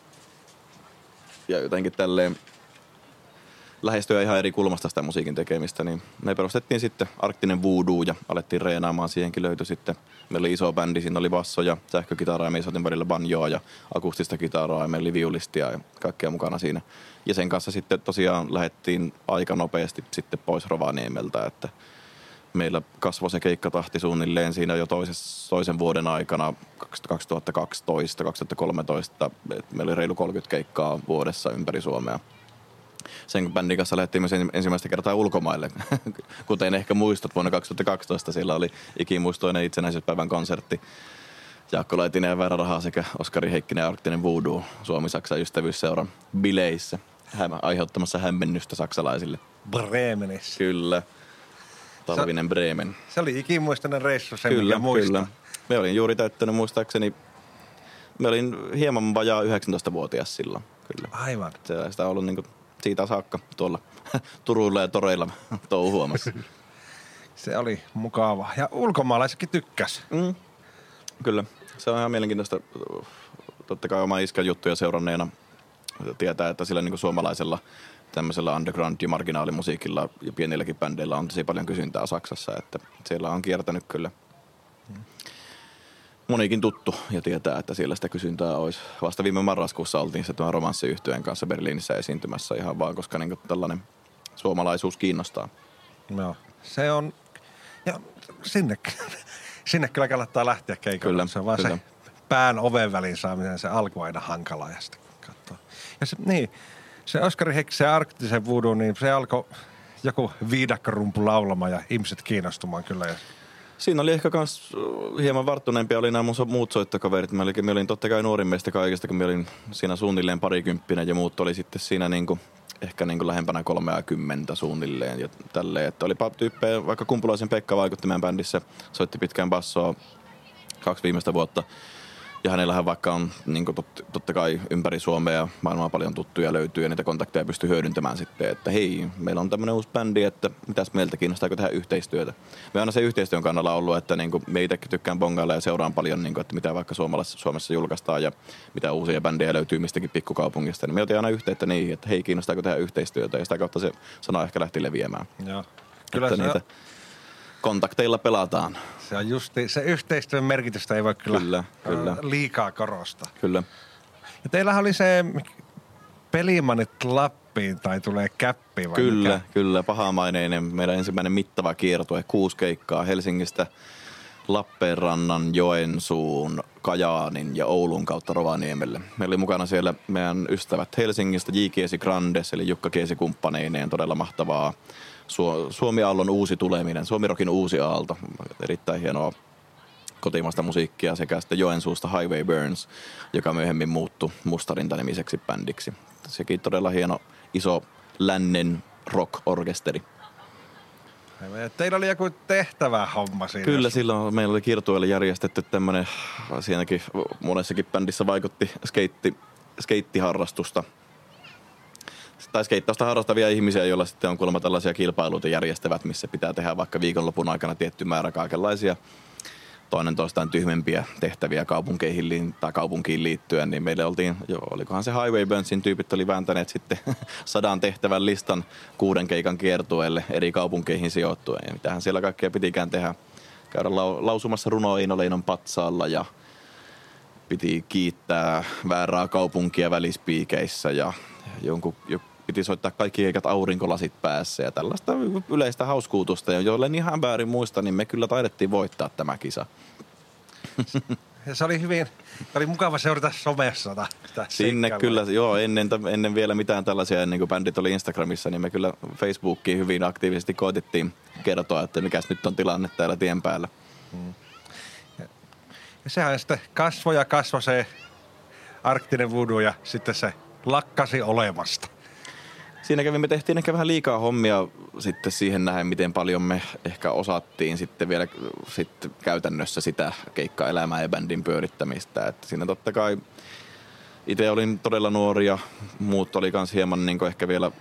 Ja jotenkin tälleen lähestyä ihan eri kulmasta sitä musiikin tekemistä, niin me perustettiin sitten Arktinen Voodoo ja alettiin reenaamaan. Siihenkin löytyi sitten, meillä oli iso bändi, siinä oli basso ja sähkökitaraa ja me soitin välillä banjoa ja akustista kitaraa ja meillä oli viulistia ja kaikkea mukana siinä. Ja sen kanssa sitten tosiaan lähdettiin aika nopeasti sitten pois Rovaniemeltä, että meillä kasvoi se keikkatahti suunnilleen siinä jo toisessa, toisen vuoden aikana, kaksituhattakaksitoista kaksituhattakolmetoista. Meillä oli reilu kolmekymmentä keikkaa vuodessa ympäri Suomea. Sen bändin kanssa lähdettiin myös ensimmäistä kertaa ulkomaille. Kuten ehkä muistat, vuonna kaksituhattakaksitoista siellä oli ikimuistoinen itsenäisyyspäivän konsertti. Jaakko Laitinen ja Veera Raha sekä Oskari Heikkinen ja Arktinen Voodoo Suomi-Saksan ystävyysseuran bileissä. Hämä, aiheuttamassa hämmennystä saksalaisille. Bremenissä. Kyllä. Talvinen se, Bremen. Se oli ikimuistainen reissu, sen kyllä, mikä muistaa. Kyllä. Me olin juuri täyttänyt muistaakseni, me olin hieman vajaa yhdeksäntoistavuotias silloin. Kyllä. Aivan. Se, sitä on ollut niin kuin siitä saakka tuolla Turuilla ja toreilla touhuamassa. Se oli mukava. Ja ulkomaalaisetkin tykkäs. Mm. Kyllä. Se on ihan mielenkiintoista. Totta kai oma iskän juttuja seuranneena tietää, että sillä niin kuin suomalaisella tämmöisellä underground- ja marginaalimusiikilla ja pienilläkin bändeillä on tosi paljon kysyntää Saksassa, että siellä on kiertänyt kyllä monikin tuttu ja tietää, että siellä sitä kysyntää olisi. Vasta viime marraskuussa oltiin se tuon romanssiyhtyeen kanssa Berliinissä esiintymässä ihan vaan, koska niin tällainen suomalaisuus kiinnostaa. Joo, se on, ja sinne, sinne kyllä kannattaa lähteä keikolle. Kyllä, se on vaan kyllä. se pään oven väliin saaminen, se alku aina hankala ja sitten katsoo. Ja se, niin, se Oskari Heikkisen ja Arktisen Voodoo, niin se alkoi joku viidakkorumpu laulamaan ja ihmiset kiinnostumaan kyllä. Ja siinä oli ehkä kans hieman varttuneempia oli nämä mun muut soittokaverit. Mä olin, mä olin totta kai nuorin meistä kaikista, kun mä olin siinä suunnilleen parikymppinen ja muut oli sitten siinä niinku, ehkä niinku lähempänä kolmeakymmentä suunnilleen ja tälleen. Että oli tyyppejä, vaikka Kumpulaisen Pekka vaikutti meidän bändissä, soitti pitkään bassoa kaksi viimeistä vuotta. Ja hänellähän vaikka on niin tot, totta kai ympäri Suomea ja maailmaa paljon tuttuja löytyy ja niitä kontakteja pystyy hyödyntämään sitten, että hei, meillä on tämmöinen uusi bändi, että mitäs meiltä kiinnostaako tehdä yhteistyötä. Me aina se yhteistyön kannalla ollut, että niin kuin, me itsekin tykkään bongailla ja seuraan paljon, niin kuin, että mitä vaikka Suomessa julkaistaan ja mitä uusia bändejä löytyy mistäkin pikkukaupungista. Niin me otin aina yhteyttä niihin, että hei, kiinnostaako tehdä yhteistyötä ja sitä kautta se sana ehkä lähti leviämään. Joo. Kyllä että se niitä kontakteilla pelataan. Se on justi, se yhteistyön merkitystä ei voi kyllä, kyllä, kyllä. liikaa korostaa. Kyllä. Ja teillähän oli se Pelimanit Lappiin tai tulee käppi vai Kyllä, mikä? kyllä. Pahamaineinen meidän ensimmäinen mittava kiertue. Kuusi keikkaa Helsingistä Lappeenrannan, Joensuun, Kajaanin ja Oulun kautta Rovaniemelle. Meillä oli mukana siellä meidän ystävät Helsingistä, J. Kiesi Grandes eli Jukka Kiesi kumppaneineen. Todella mahtavaa. Suomi-aallon uusi tuleminen, Suomi-rokin uusi aalto. Erittäin hienoa kotimaista musiikkia sekä sitten Joensuusta Highway Burns, joka myöhemmin muuttui Mustarinta-nimiseksi bändiksi. Sekin todella hieno iso lännen rock-orkesteri. Teillä oli joku tehtävä homma siinä. Kyllä, silloin meillä oli Kirtuelle järjestetty tämmöinen, siinäkin monessakin bändissä vaikutti skeitti, skeittiharrastusta. Tai skeittausta harrastavia ihmisiä, joilla sitten on kuulemma tällaisia kilpailuita järjestävät, missä pitää tehdä vaikka viikonlopun aikana tietty määrä kaikenlaisia toinen toistaan tyhmempiä tehtäviä kaupunkeihin tai kaupunkiin liittyen, niin meille oltiin, joo, olikohan se Highway Burnsin tyypit oli vääntäneet sitten sadan tehtävän listan kuuden keikan kiertueelle eri kaupunkeihin sijoittuen. Ja mitähän siellä kaikkea pitikään tehdä. Käydä lau- lausumassa runoa Eino Leinon patsaalla ja piti kiittää väärää kaupunkia välispiikeissä ja jonkun, jo, piti soittaa kaikki keikat aurinkolasit päässä ja tällaista yleistä hauskuutusta. Ja jolleen ihan väärin muista, niin me kyllä taidettiin voittaa tämä kisa. Ja se oli hyvin, oli mukava seurata somessa sitä Sinne kyllä, joo, ennen, ennen vielä mitään tällaisia, ennen kuin bändit oli Instagramissa, niin me kyllä Facebookiin hyvin aktiivisesti koitettiin kertoa, että mikäs nyt on tilanne täällä tien päällä. Hmm. Ja, ja sehän sitten kasvoi ja kasvoi se arktinen voodoo ja sitten se lakkasi olemasta. Siinä kävimme, tehtiin ehkä vähän liikaa hommia sitten siihen nähden, miten paljon me ehkä osattiin sitten vielä sitten käytännössä sitä keikkaelämää ja bändin pyörittämistä. Että siinä totta kai itse olin todella nuori ja muut oli kans hieman niin ehkä vielä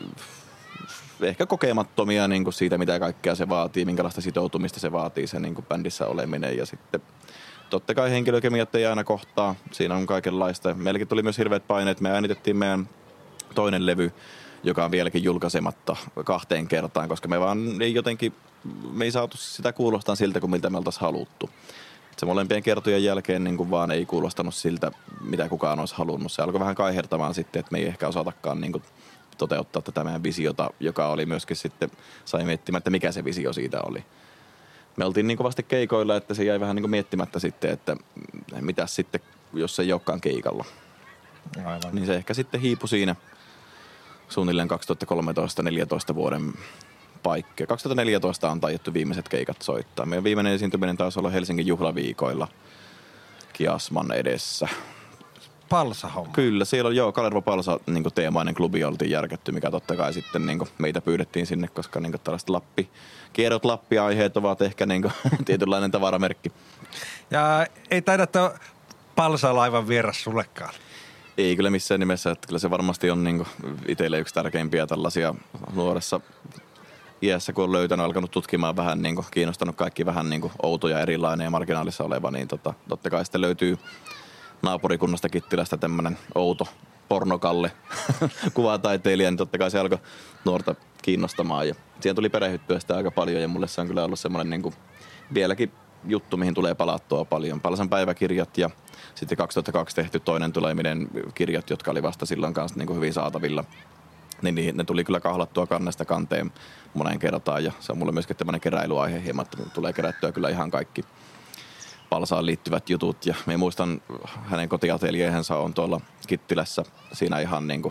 ehkä kokemattomia niin siitä, mitä kaikkea se vaatii, minkälaista sitoutumista se vaatii se niin bändissä oleminen ja sitten totta kai henkilökemiat ei aina kohtaa, siinä on kaikenlaista. Meilläkin tuli myös hirveät paineet, me äänitettiin meidän toinen levy, joka on vieläkin julkaisematta kahteen kertaan, koska me vaan ei jotenkin, me ei saatu sitä kuulostaa siltä kuin miltä me oltaisiin haluttu. Se molempien kertojen jälkeen niin kuin vaan ei kuulostanut siltä, mitä kukaan olisi halunnut. Se alkoi vähän kaihertamaan sitten, että me ei ehkä osatakaan niin kuin toteuttaa tätä meidän visiota, joka oli myöskin sitten, sai miettimään, että mikä se visio siitä oli. Me oltiin niin kovasti keikoilla, että se jäi vähän niin kuin miettimättä sitten, että mitäs sitten, jos se ei olekaan keikalla. Aivan. Niin se ehkä sitten hiipui siinä suunnilleen kaksituhattakolmetoista neljätoista vuoden paikka. kaksituhattaneljätoista on taidettu viimeiset keikat soittaa. Meidän viimeinen esiintyminen taisi olla Helsingin juhlaviikoilla Kiasman edessä. Palsa-homma. Kyllä, siellä on joo, Kalervo Palsa niin teemainen klubi oltiin järkätty, mikä totta kai sitten niin meitä pyydettiin sinne, koska niin tällaiset Lappi, kierrot Lappi-aiheet ovat ehkä niin tietynlainen tavaramerkki. Ja ei taida tuo Palsa-laivan vieras sullekaan. Ei kyllä missään nimessä, että kyllä se varmasti on niin itselle yksi tärkeimpiä tällaisia nuoressa iässä, kun on löytänyt, alkanut tutkimaan vähän, niin kuin, kiinnostanut kaikki vähän niin kuin outo ja erilainen ja marginaalissa oleva, niin tota, totta kai sitten löytyy naapurikunnasta Kittilästä tämmöinen outo pornokalle kuvataiteilija, niin totta kai se alkoi nuorta kiinnostamaan ja siihen tuli perehdyttyä sitä aika paljon ja mulle se on kyllä ollut semmoinen niin kuin vieläkin juttu, mihin tulee palattua paljon. Palsan päiväkirjat ja sitten kaksituhattakaksi tehty toinen tuleminen kirjat, jotka oli vasta silloin kanssa niin kuin hyvin saatavilla. Niin ne tuli kyllä kahlattua kannesta kanteen moneen kertaan ja se on mulle myöskin tämmöinen keräilyaihe hieman, että tulee kerättyä kyllä ihan kaikki Palsaan liittyvät jutut ja me muistan hänen kotiateljeensä on tuolla Kittilässä siinä ihan niin kuin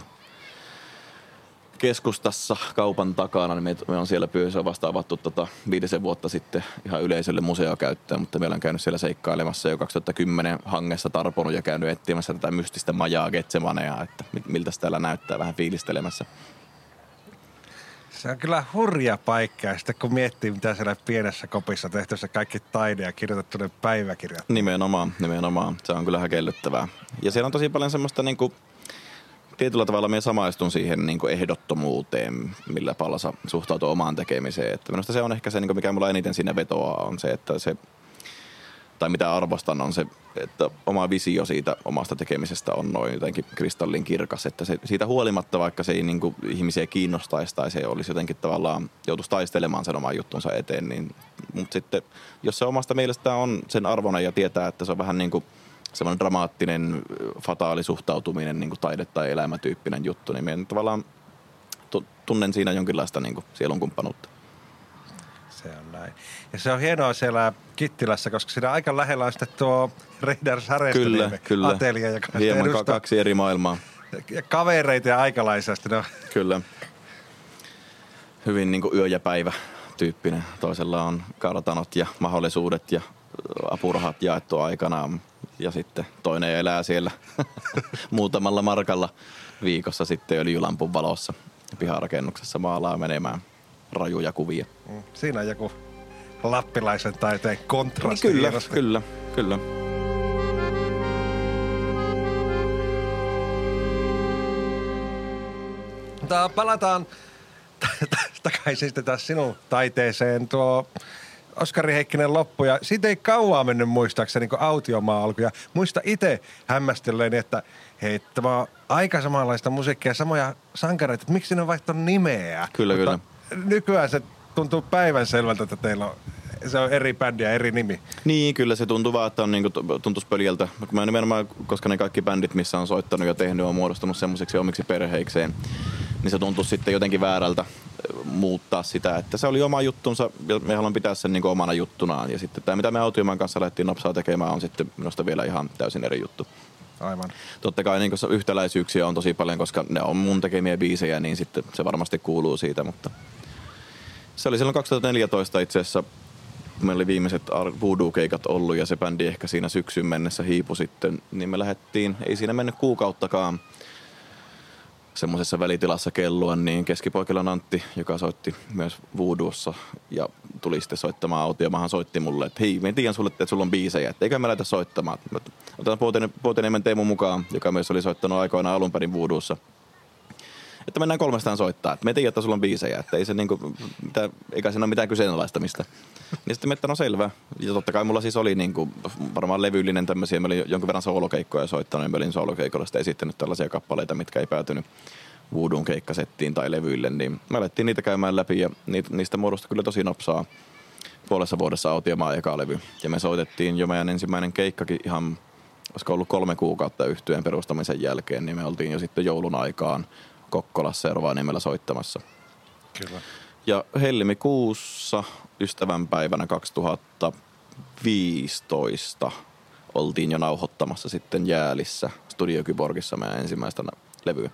keskustassa kaupan takana, niin me, me on siellä pyössä vasta avattu tota viidisen vuotta sitten ihan yleisölle museokäyttöön, mutta meillä on käynyt siellä seikkailemassa jo kaksituhattakymmenen hangessa tarponut ja käynyt etsimässä tätä mystistä majaa Getsemanea, että miltä täällä näyttää vähän fiilistelemässä. Se on kyllä hurja paikka ja sitten kun miettii, mitä siellä pienessä kopissa tehty se kaikki taide ja kirjoitettu ne päiväkirjat. Nimenomaan, nimenomaan. Se on kyllä häkellyttävää. Ja siellä on tosi paljon semmoista niinku tietyllä tavalla minä samaistun siihen niin kuin ehdottomuuteen, millä Palsa suhtautuu omaan tekemiseen. Että minusta se on ehkä se, mikä mulla eniten siinä vetoaa, on se, että se, tai mitä arvostan, on se, että oma visio siitä omasta tekemisestä on noin jotenkin kristallin kirkas. Että se, siitä huolimatta, vaikka se ei niin kuin ihmisiä kiinnostaisi tai se olisi jotenkin tavallaan joutuisi taistelemaan sen oman juttunsa eteen, niin, mutta sitten jos se omasta mielestään on sen arvona ja tietää, että se on vähän niin kuin semmoinen dramaattinen, fataali suhtautuminen, niin kuin taide- tai elämätyyppinen juttu, niin minä tavallaan tunnen siinä jonkinlaista niin kuin sielunkumppanuutta. Se on näin. Ja se on hienoa siellä Kittilässä, koska siinä aika lähellä on sitten tuo Reidars Harestoniemi atelje, joka hieman edustaa kaksi eri maailmaa. Ja kavereita ja aikalaisia. No. Kyllä. Hyvin niin kuin yö ja päivä tyyppinen. Toisella on kartanot ja mahdollisuudet ja apurahat jaettu aikanaan. Ja sitten toinen elää siellä muutamalla markalla viikossa sitten öljylampun valossa piharakennuksessa maalaa menemään. rajuja kuvia. Mm, siinä on joku lappilaisen taiteen kontrasti. Niin kyllä, hienosti. kyllä, kyllä. Mutta palataan takaisin sitten taas sinun taiteeseen. Tuo Oskari Heikkinen loppu ja siitä ei kauaa mennyt muistaakseni niin Autiomaa alku. Ja muista itse hämmästelleeni, että hei, tämä on aika samanlaista musiikkia ja samoja sankareita, että miksi ne on vaihtanut nimeä. Kyllä, Mutta kyllä. nykyään se tuntuu päivänselvältä, että teillä on, se on eri bändi ja eri nimi. Niin, kyllä se tuntuu vaan, että on niinku, tuntuisi pöljältä. Mä nimenomaan, koska ne kaikki bändit, missä on soittanut ja tehnyt, on muodostunut semmoiseksi omiksi perheikseen, niin se tuntuu sitten jotenkin väärältä muuttaa sitä, että se oli oma juttunsa ja me haluan pitää sen niinku omana juttunaan. Ja sitten tämä, mitä me Autiomaan kanssa lähdettiin nopsaa tekemään, on sitten minusta vielä ihan täysin eri juttu. Aivan. Totta kai niin yhtäläisyyksiä on tosi paljon, koska ne on mun tekemiä biisejä, niin sitten se varmasti kuuluu siitä, mutta se oli silloin kaksituhattaneljätoista itse asiassa, kun meillä oli viimeiset Voodoo-keikat ollut ja se bändi ehkä siinä syksyn mennessä hiipui sitten, niin me lähdettiin, ei siinä mennyt kuukauttakaan semmoisessa välitilassa kellua, niin Keskipoikilan Antti, joka soitti myös Voodoossa ja tuli sitten soittamaan Autiomaahan, soitti mulle, että hei, mä tiedän sulle, että sulla on biisejä, että eikä me lähdetä soittamaan. Otetaan Puotiniemen Teemu mukaan, joka myös oli soittanut aikoinaan alun perin Voodoossa. Että mennään kolmestaan soittaa, että me tiedän, että sulla on biisejä, että ei se niinku, mitä, eikä siinä ole mitään kyseenalaistamista. Niin sitten me, että no selvä. Ja totta kai mulla siis oli niinku varmaan levyllinen tämmöisiä, mä olin jonkin verran soolokeikkoja soittanut, ja mä olin soolokeikolla sitten esittänyt tällaisia kappaleita, mitkä ei päätynyt Voodoon keikkasettiin tai levyille, niin me alettiin niitä käymään läpi, ja niistä muodostui kyllä tosi nopsaa puolessa vuodessa Autiomaan eka levy. Ja me soitettiin jo meidän ensimmäinen keikkakin ihan, olisiko ollut kolme kuukautta yhtyeen perustamisen jälkeen, niin me oltiin jo sitten joulun aikaan Kokkolassa ja Rovaniemellä soittamassa. Kyllä. Ja helmikuussa ystävänpäivänä kaksituhattaviisitoista oltiin jo nauhoittamassa sitten Jäälissä Studio Kyborgissa meidän ensimmäistä levyä.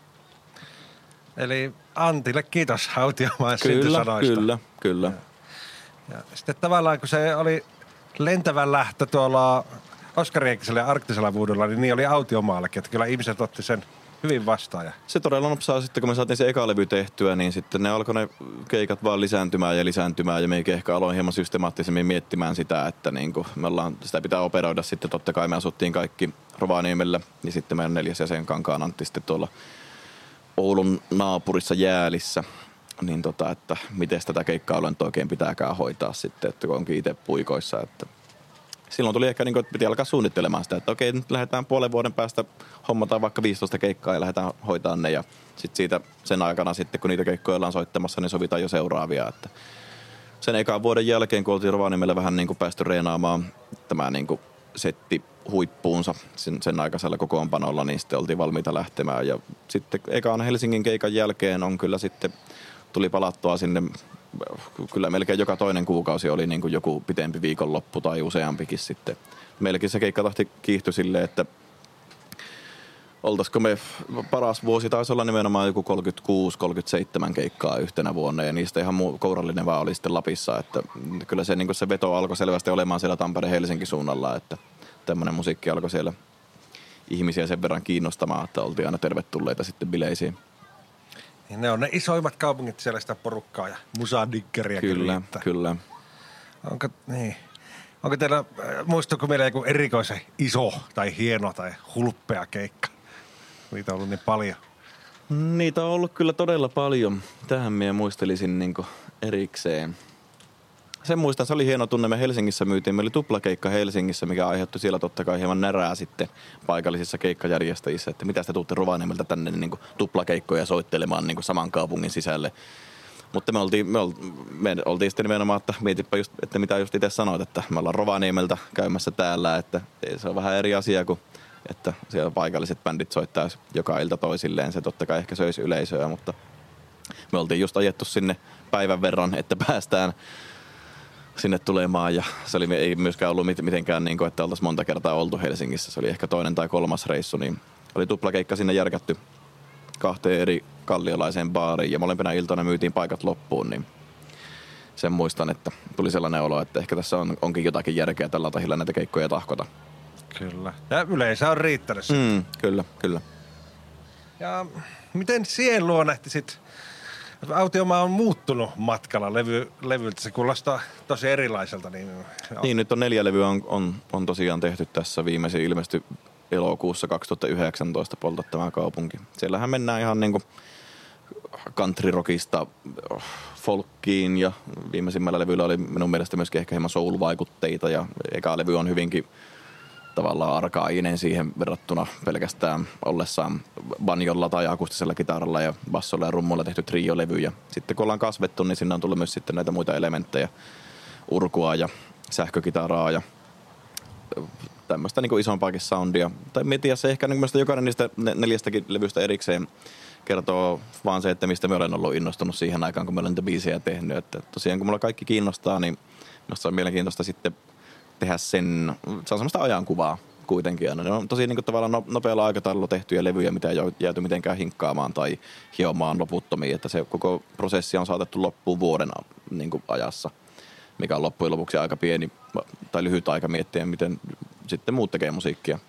Eli Antille kiitos Autiomaan syntysanoista. Kyllä, kyllä. Ja, ja sitten tavallaan kun se oli lentävän lähtö tuolla Oskari Heikkisellä ja Arktisella Voodoolla, niin niin oli Autiomaallakin, että kyllä ihmiset otti sen hyvin vastaan. Ja se todella nopsaa sitten, kun me saatiin se eka levy tehtyä, niin sitten ne alkoi ne keikat vaan lisääntymään ja lisääntymään. Ja meikin ehkä aloin hieman systemaattisemmin miettimään sitä, että niin kuin me ollaan, sitä pitää operoida sitten. Totta kai me asuttiin kaikki Rovaniemellä ja sitten meidän neljäs jäsen Kankaan Antti sitten tuolla Oulun naapurissa Jäälissä. Niin tota, että miten tätä keikkaa nyt oikein pitääkään hoitaa sitten, että kun onkin itse puikoissa, että silloin tuli ehkä niin kuin, että piti alkaa suunnittelemaan sitä, että okei, nyt lähdetään puolen vuoden päästä, hommataan vaikka viisitoista keikkaa ja lähdetään hoitamaan ne. Ja sitten siitä sen aikana sitten, kun niitä keikkoja ollaan soittamassa, niin sovitaan jo seuraavia. Että sen ekan vuoden jälkeen, kun oltiin Rovaniemellä vähän niin kuin päästy reenaamaan tämä niin kuin setti huippuunsa sen, sen aikaisella kokoonpanolla, niin sitten oltiin valmiita lähtemään. Ja sitten ekan Helsingin keikan jälkeen on kyllä sitten, tuli palattua sinne. Kyllä melkein joka toinen kuukausi oli niin kuin joku pitempi viikonloppu tai useampikin sitten. Meilläkin se keikkatahti kiihtyi silleen, että oltaisiko me paras vuosi taisi olla nimenomaan joku kolmekymmentäkuusi kolmekymmentäseitsemän keikkaa yhtenä vuonna ja niistä ihan muu, kourallinen vaan oli sitten Lapissa. Että kyllä se, niin kuin se veto alkoi selvästi olemaan siellä Tampere-Helsinki suunnalla, että tämmöinen musiikki alkoi siellä ihmisiä sen verran kiinnostamaan, että oltiin aina tervetulleita sitten bileisiin. Niin ne on ne isoimmat kaupungit siellä sitä porukkaa ja musadiggeriä. Kyllä, riittää. kyllä. Onko, niin. Onko teillä, muistuuko meillä joku erikoisen iso tai hieno tai hulppea keikka? Niitä on ollut niin paljon. Niitä on ollut kyllä todella paljon. Tähän minä muistelisin niin kuin erikseen. Sen muistan, se oli hieno tunne. Me Helsingissä myytiin. Me oli tuplakeikka Helsingissä, mikä aiheutti siellä totta kai hieman närää sitten paikallisissa keikkajärjestäjissä, että mitä te tuutte Rovaniemeltä tänne niin kuin tuplakeikkoja soittelemaan niin kuin saman kaupungin sisälle. Mutta me oltiin, me oltiin, me oltiin sitten nimenomaan, että mietipä just, että mitä just itse sanoit, että me ollaan Rovaniemeltä käymässä täällä, että se on vähän eri asia kuin, että siellä paikalliset bändit soittaisi joka ilta toisilleen. Se totta kai ehkä söisi yleisöä, mutta me oltiin just ajettu sinne päivän verran, että päästään sinne tulemaan ja se oli, ei myöskään ollut mitenkään niin kuin, että oltaisiin monta kertaa oltu Helsingissä. Se oli ehkä toinen tai kolmas reissu, niin oli tuplakeikka sinne järkätty kahteen eri kalliolaiseen baariin ja molempina iltana myytiin paikat loppuun, niin sen muistan, että tuli sellainen olo, että ehkä tässä on, onkin jotakin järkeä tällä tahilla näitä keikkoja tahkota. Kyllä. Ja yleensä on riittänyt mm, Kyllä, kyllä. Ja miten siihen luonnehtisit Autiomaa on muuttunut matkalla levy, levyltä. Se kuulostaa tosi erilaiselta. Niin, niin nyt on neljä levyä on, on, on tosiaan tehty tässä. Viimeisin ilmestyi elokuussa kaksituhattayhdeksäntoista Poltattava kaupunki. Siellähän mennään ihan niinku country-rockista folkkiin ja viimeisimmällä levyllä oli minun mielestä myöskin ehkä hieman soul-vaikutteita ja eka levy on hyvinkin tavallaan arkainen siihen verrattuna pelkästään ollessaan banjolla tai akustisella kitaralla ja bassolla ja rummulla tehty trio-levy. Ja sitten kun ollaan kasvettu, niin sinne on tullut myös sitten näitä muita elementtejä, urkua ja sähkökitaraa ja tämmöistä niin kuin isompaakin soundia. Tai mietin, se ehkä niin mielestäni jokainen niistä neljästäkin levystä erikseen kertoo vaan se, että mistä me olen ollut innostunut siihen aikaan, kun me olen niitä biisejä tehnyt. Että tosiaan kun mulla kaikki kiinnostaa, niin minusta on mielenkiintoista sitten tehdä sen, se on semmoista ajankuvaa kuitenkin aina. Ne on tosi niin kuin tavallaan nopealla aikataululla tehtyjä levyjä, mitä ei ole jääty mitenkään hinkkaamaan tai hiomaan loputtomiin. Että se koko prosessi on saatettu loppuun vuoden niin kuin ajassa, mikä on loppujen lopuksi aika pieni tai lyhyt aika miettiä, miten sitten muut tekee musiikkia.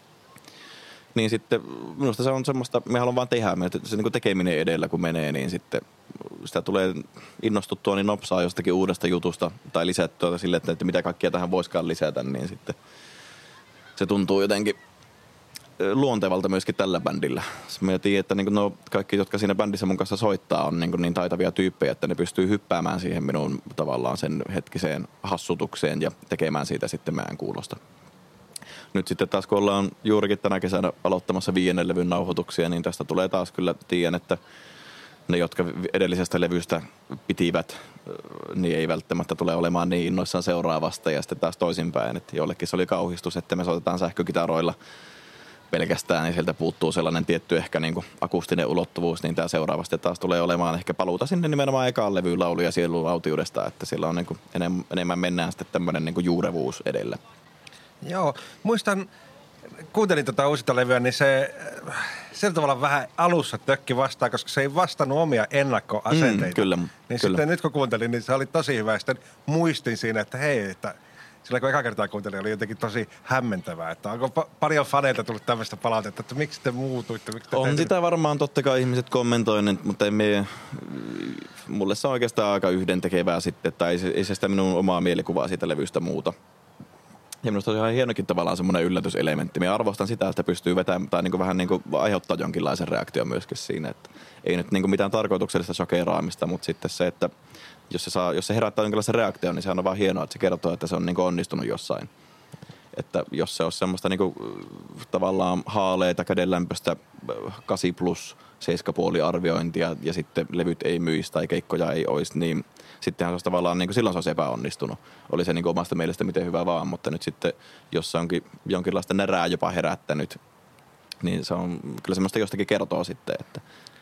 Niin sitten minusta se on semmoista, me haluan vaan tehdä, että se niin kuin tekeminen edellä kun menee, niin sitten sitä tulee innostuttua niin nopsaa jostakin uudesta jutusta tai lisättyä sille, että mitä kaikkia tähän voisikaan lisätä, niin sitten se tuntuu jotenkin luontevalta myöskin tällä bändillä. Mä tiedän, että niin no, kaikki, jotka siinä bändissä mun kanssa soittaa, on niin, niin taitavia tyyppejä, että ne pystyy hyppäämään siihen minun tavallaan sen hetkiseen hassutukseen ja tekemään siitä sitten meidän kuulosta. Nyt sitten taas kun ollaan juurikin tänä kesänä aloittamassa viiennen levyn nauhoituksia, niin tästä tulee taas kyllä, tiedän, että ne, jotka edellisestä levystä pitivät, niin ei välttämättä tule olemaan niin innoissaan seuraavasta. Ja sitten taas toisinpäin, että jollekin se oli kauhistus, että me soitetaan sähkökitaroilla pelkästään, niin sieltä puuttuu sellainen tietty ehkä niin kuin akustinen ulottuvuus, niin tämä seuraavasti taas tulee olemaan ehkä paluuta sinne nimenomaan ekaan levyyn laulu- ja sielulautiudesta, että sillä on niin kuin enemmän, enemmän mennään sitten tämmöinen niin kuin juurevuus edellä. Joo, muistan, kuuntelin tuota uusinta levyä, niin se sillä tavalla vähän alussa tökki vastaan, koska se ei vastannut omia ennakkoasenteita. Mm, kyllä, niin kyllä. Sitten nyt kun kuuntelin, niin se oli tosi hyvä. Sitten muistin siinä, että hei, että sillä kun eka kertaa kuuntelin, oli jotenkin tosi hämmentävää. Että onko pa- paljon faneilta tullut tämmöistä palautetta, että miksi te muutuitte? Miksi te on teette? sitä varmaan totta kai ihmiset kommentoineet, mutta emme, mulle se on oikeastaan aika yhdentekevää sitten, tai ei se, ei se sitä minun omaa mielikuvaa siitä levystä muuta. Ja minusta on ihan hienokin tavallaan semmoinen yllätyselementti. Minä arvostan sitä, että pystyy vetämään tai niin kuin vähän niin kuin aiheuttaa jonkinlaisen reaktion myöskin siinä. Että ei nyt niin kuin mitään tarkoituksellista shokeraamista, mutta sitten se, että jos se, saa, jos se herättää jonkinlaisen reaktion, niin se on vaan hienoa, että se kertoo, että se on niin kuin onnistunut jossain. Että jos se on semmoista niin kuin tavallaan haaleita kädenlämpöistä kahdeksan plus seitsemän pilkku viisi arviointia ja sitten levyt ei myisi tai keikkoja ei olisi, niin sittenhän se olisi tavallaan, niin kuin silloin se olisi epäonnistunut. Oli se niin kuin omasta mielestä miten hyvä vaan, mutta nyt sitten, jos se onkin jonkinlaista närää jopa herättänyt, niin se on kyllä semmoista jostakin kertoo sitten, että...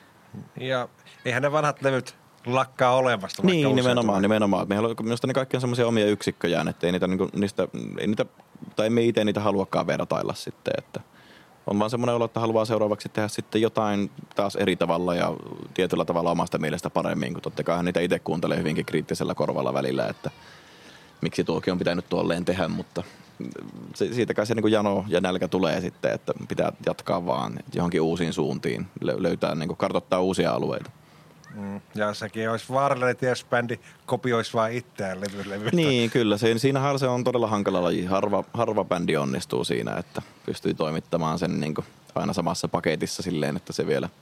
Ja eihän ne vanhat levyt lakkaa olemasta. Niin, nimenomaan, nimenomaan. Minusta ne kaikki on semmoisia omia yksikköjään, että ei niitä, niin kuin, niistä, ei niitä, tai me itse niitä haluakaan vertailla sitten, että on vaan semmoinen olo, että haluaa seuraavaksi tehdä sitten jotain taas eri tavalla ja tietyllä tavalla omasta mielestä paremmin, kun totta kai niitä itse kuuntelee hyvinkin kriittisellä korvalla välillä, että miksi tuokin on pitänyt tuolleen tehdä, mutta siitä kai se niin kuin jano ja nälkä tulee sitten, että pitää jatkaa vaan johonkin uusiin suuntiin, löytää, niin kuin kartoittaa uusia alueita. Mm, ja sekin olisi vaarallinen, jos bändi kopioisi vaan itseään levylevystä. Niin, kyllä. Se, siinähän se on todella hankala laji. Harva, harva bändi onnistuu siinä, että pystyy toimittamaan sen niin kuin aina samassa paketissa silleen, että se vielä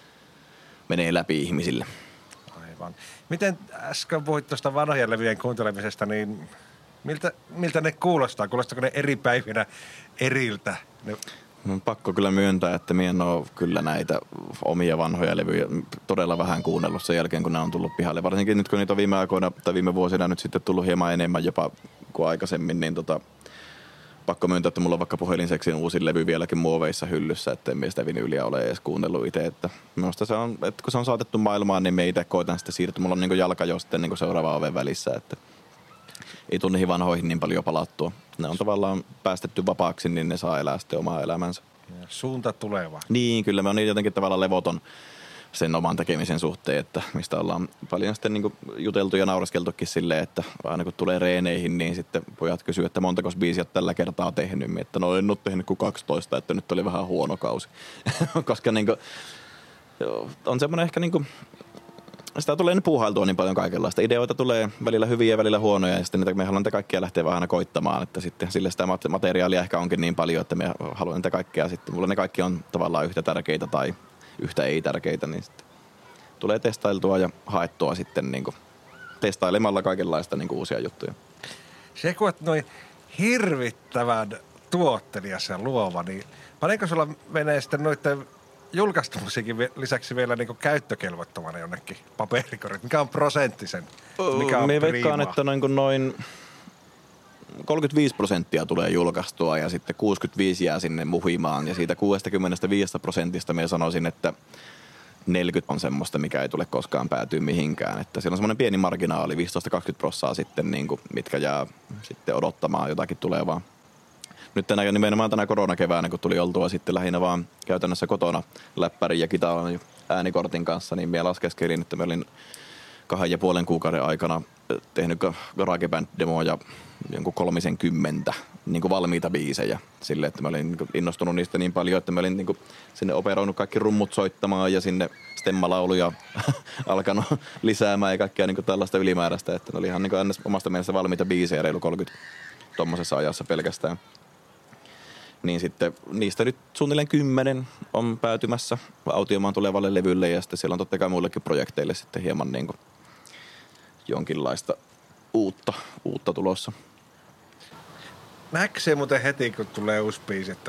menee läpi ihmisille. Aivan. Miten äsken puhuit tuosta vanhojen levyjen kuuntelemisesta, niin miltä, miltä ne kuulostaa? Kuulostaako ne eri päivinä eriltä? Ne... On pakko kyllä myöntää, että minä en ole kyllä näitä omia vanhoja levyjä todella vähän kuunnellut sen jälkeen, kun nämä on tullut pihalle. Varsinkin nyt, kun niitä on viime aikoina tai viime vuosina nyt sitten tullut hieman enemmän jopa kuin aikaisemmin, niin tota, pakko myöntää, että mulla on vaikka Puhelinseksin uusin levy vieläkin muoveissa hyllyssä, että en sitä vinyyliä ole edes kuunnellut itse. Että minusta se on, että kun se on saatettu maailmaan, niin me itse koitan sitten siirtyä. Mulla on niin kuin jalka jo sitten niin kuin seuraava oven välissä, että ei tule niihin vanhoihin niin paljon palattua. Ne on tavallaan päästetty vapaaksi, niin ne saa elää sitten omaa elämänsä. Ja suunta tuleva. Niin, kyllä. Mä oon niin jotenkin tavallaan levoton sen oman tekemisen suhteen, että mistä ollaan paljon sitten niin kuin juteltu ja nauraskeltukin silleen, että aina kun tulee reeneihin, niin sitten pojat kysyy, että montako biisiä tällä kertaa tehnyt. Että no en ole tehnyt kuin kaksitoista, että nyt oli vähän huono kausi. Koska niin kuin, on semmoinen ehkä niin kuin sitä tulee nyt puuhailtua niin paljon kaikenlaista. Ideoita tulee välillä hyviä ja välillä huonoja ja sitten niitä, me haluamme niitä kaikkia lähteä vähän aina koittamaan. Että sitten sille sitä materiaalia ehkä onkin niin paljon, että me haluamme niitä kaikkea sitten. Mulla ne kaikki on tavallaan yhtä tärkeitä tai yhtä ei-tärkeitä, niin sitten tulee testailtua ja haettua sitten niin kuin testailemalla kaikenlaista niin kuin uusia juttuja. Se kun olet noin hirvittävän tuottelias ja luova, niin paljonko sulla menee sitten noiden julkaistu musiikin lisäksi vielä niin käyttökelvottomana jonnekin paperikorit? Mikä on prosenttisen? Mikä on me veikkaan, että noin, noin kolmekymmentäviisi prosenttia tulee julkaistua ja sitten kuusikymmentäviisi jää sinne muhimaan. Ja siitä kuusikymmentäviisi prosentista me sanoisin, että neljäkymmentä on semmoista, mikä ei tule koskaan päätyä mihinkään. Että siellä on semmoinen pieni marginaali, viisitoista kaksikymmentä prosenttia sitten, niin kuin, mitkä jää sitten odottamaan jotakin tulevaa. Nyt tänä nimenomaan tänä koronakeväänä, kun tuli oltua sitten lähinnä vaan käytännössä kotona läppärin ja kitaran ja äänikortin kanssa, niin minä laskeskelin, että mä olin kahden ja puolen kuukauden aikana tehnyt GarageBand-demoja jonkun kolmisen kymmentä niin kuin valmiita biisejä. Silleen, että mä olin niin kuin innostunut niistä niin paljon, että mä olin niin kuin sinne operoinut kaikki rummut soittamaan ja sinne stemmalauluja alkanut lisäämään ja kaikkea niin kuin tällaista ylimääräistä. Että ne oli ihan niin kuin omasta mielestä valmiita biisejä, reilu kolmekymmentä tommosessa ajassa pelkästään. Niin sitten niistä nyt suunnilleen kymmenen on päätymässä autiomaan tulevalle levylle ja sitten siellä on totta kai muillekin projekteille sitten hieman niin kuin jonkinlaista uutta, uutta tulossa. Näetkö se muuten heti, kun tulee uusi biisi, että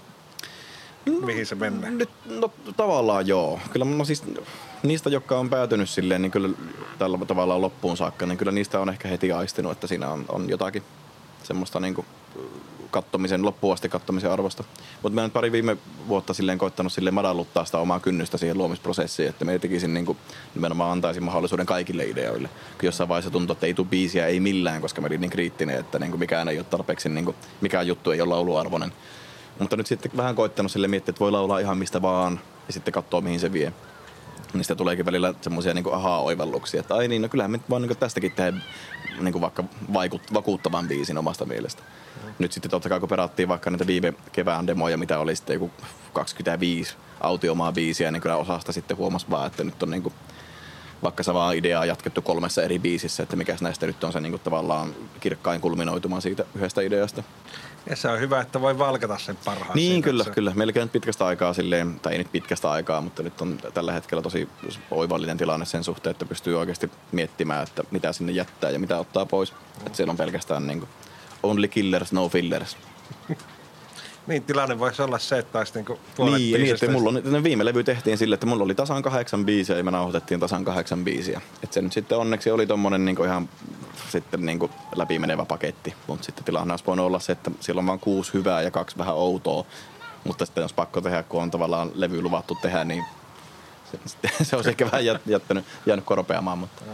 mihin se mennään? Nyt, no tavallaan joo. Kyllä no siis niistä, jotka on päätynyt silleen, niin kyllä tällä tavallaan loppuun saakka, niin kyllä niistä on ehkä heti aistinut, että siinä on, on jotakin semmoista niin kuin kattomisen, loppuun asti kattomisen arvosta. Mutta mä nyt pari viime vuotta silleen koittanut silleen madalluttaa sitä omaa kynnystä siihen luomisprosessiin, että me tekisin niin kuin, nimenomaan antaisin mahdollisuuden kaikille ideoille. Kun jossain vaiheessa tuntui, että ei tule biisiä, ei millään, koska mä olin niin kriittinen, että niin kuin mikään ei ole tarpeeksi, niin kuin, mikään juttu ei ole lauluarvoinen. Mutta nyt sitten vähän koittanut silleen miettiä, että voi laulaa ihan mistä vaan ja sitten katsoa, mihin se vie. Niin sitä tuleekin välillä semmoisia niin kuin ahaa-oivalluksia, että ai niin, no kyllähän me vaan niin tästäkin tehdä niin kuin vaikka vaikut, vakuuttavan biisin omasta mielestä. Mm. Nyt sitten totta kai kun perattiin vaikka näitä viime kevään demoja, mitä oli sitten joku kaksikymmentäviisi autiomaa biisiä, niin kyllä osasta sitten huomasi vaan, että nyt on niin kuin vaikka samaa ideaa jatkettu kolmessa eri biisissä, että mikäs näistä nyt on se niin kuin tavallaan kirkkain kulminoituma siitä yhdestä ideasta. Ja se on hyvä, että voi valkata sen parhaan. Niin, siitä, kyllä, se... kyllä. Meilläkin on pitkästä aikaa silleen, tai ei nyt pitkästä aikaa, mutta nyt on tällä hetkellä tosi oivallinen tilanne sen suhteen, että pystyy oikeasti miettimään, että mitä sinne jättää ja mitä ottaa pois. Mm. Että siellä on pelkästään niin kuin only killers, no fillers. Niin, tilanne voisi olla se, että olisi niinku puolet niin, biisistä. Niin, että mulla on, viime levy tehtiin sille, että mulla oli tasan kahdeksan biisiä ja me nauhoitettiin tasan kahdeksan biisiä. Että se nyt sitten onneksi oli tommonen niinku ihan sitten niinku läpimenevä paketti. Mutta sitten tilanne olisi voinut olla se, että siellä on vaan kuusi hyvää ja kaksi vähän outoa. Mutta sitten jos pakko tehdä, kun on tavallaan levy luvattu tehdä, niin se, se olisi ehkä vähän jättänyt, jäänyt korpeamaan. Mutta...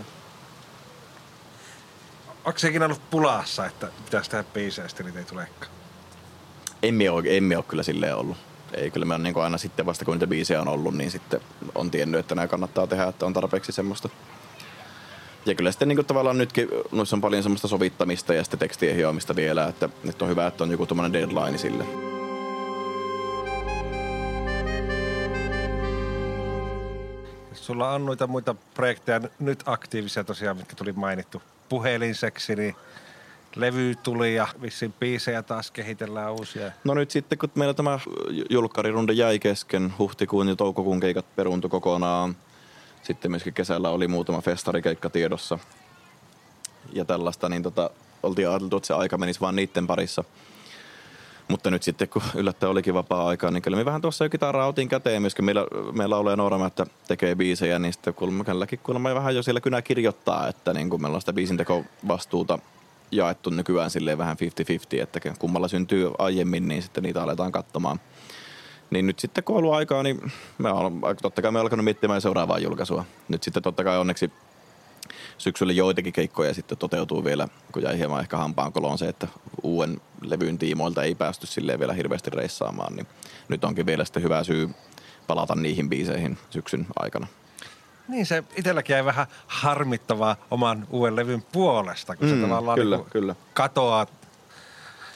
Onko se ikinä ollut pulassa, että pitäisi tehdä biisejä ja sitten niitä ei tulekaan? Emme ole, emme ole kyllä silleen ollut. Ei, kyllä me on niin aina sitten vasta kun niitä biisejä on ollut, niin sitten on tiennyt, että nämä kannattaa tehdä, että on tarpeeksi semmoista. Ja kyllä sitten niin tavallaan nytkin noissa on paljon semmoista sovittamista ja sitten tekstien hioamista vielä, että nyt on hyvä, että on joku tommoinen deadline sille. Sulla on noita muita projekteja nyt aktiivisia tosiaan, mitkä tuli mainittu. Puhelinseksi, niin levy tuli ja vissiin biisejä taas kehitellään uusia. No nyt sitten, kun meillä tämä julkkarirunde jäi kesken, huhtikuun ja toukokuun keikat peruuntui kokonaan. Sitten myöskin kesällä oli muutama festarikeikka tiedossa ja tällaista, niin tota, oltiin ajateltu, että se aika menisi vaan niiden parissa. Mutta nyt sitten, kun yllättäen olikin vapaa-aikaa, niin kyllä me vähän tuossa jo kitaraa otin käteen. Myöskin meillä, meillä Oula ja Noorama, että tekee biisejä, niin sitten kulmakäälläkin kuulemma vähän jo siellä kynä kirjoittaa, että niin kun meillä on sitä biisintekovastuuta jaettu nykyään silleen vähän viisikymmentä viisikymmentä, että kummalla syntyy aiemmin, niin sitten niitä aletaan katsomaan. Niin nyt sitten kun on ollut aikaa, niin me on, totta kai me on alkanut miettimään seuraavaa julkaisua. Nyt sitten totta kai onneksi syksyllä joitakin keikkoja sitten toteutuu vielä, kun jäi hieman ehkä hampaankoloon se, että uuden levyn tiimoilta ei päästy silleen vielä hirveästi reissaamaan, niin nyt onkin vielä sitten hyvä syy palata niihin biiseihin syksyn aikana. Niin se itselläkin jäi vähän harmittavaa oman uuden levyn puolesta, kun mm, se tavallaan kyllä, niin kyllä. katoaa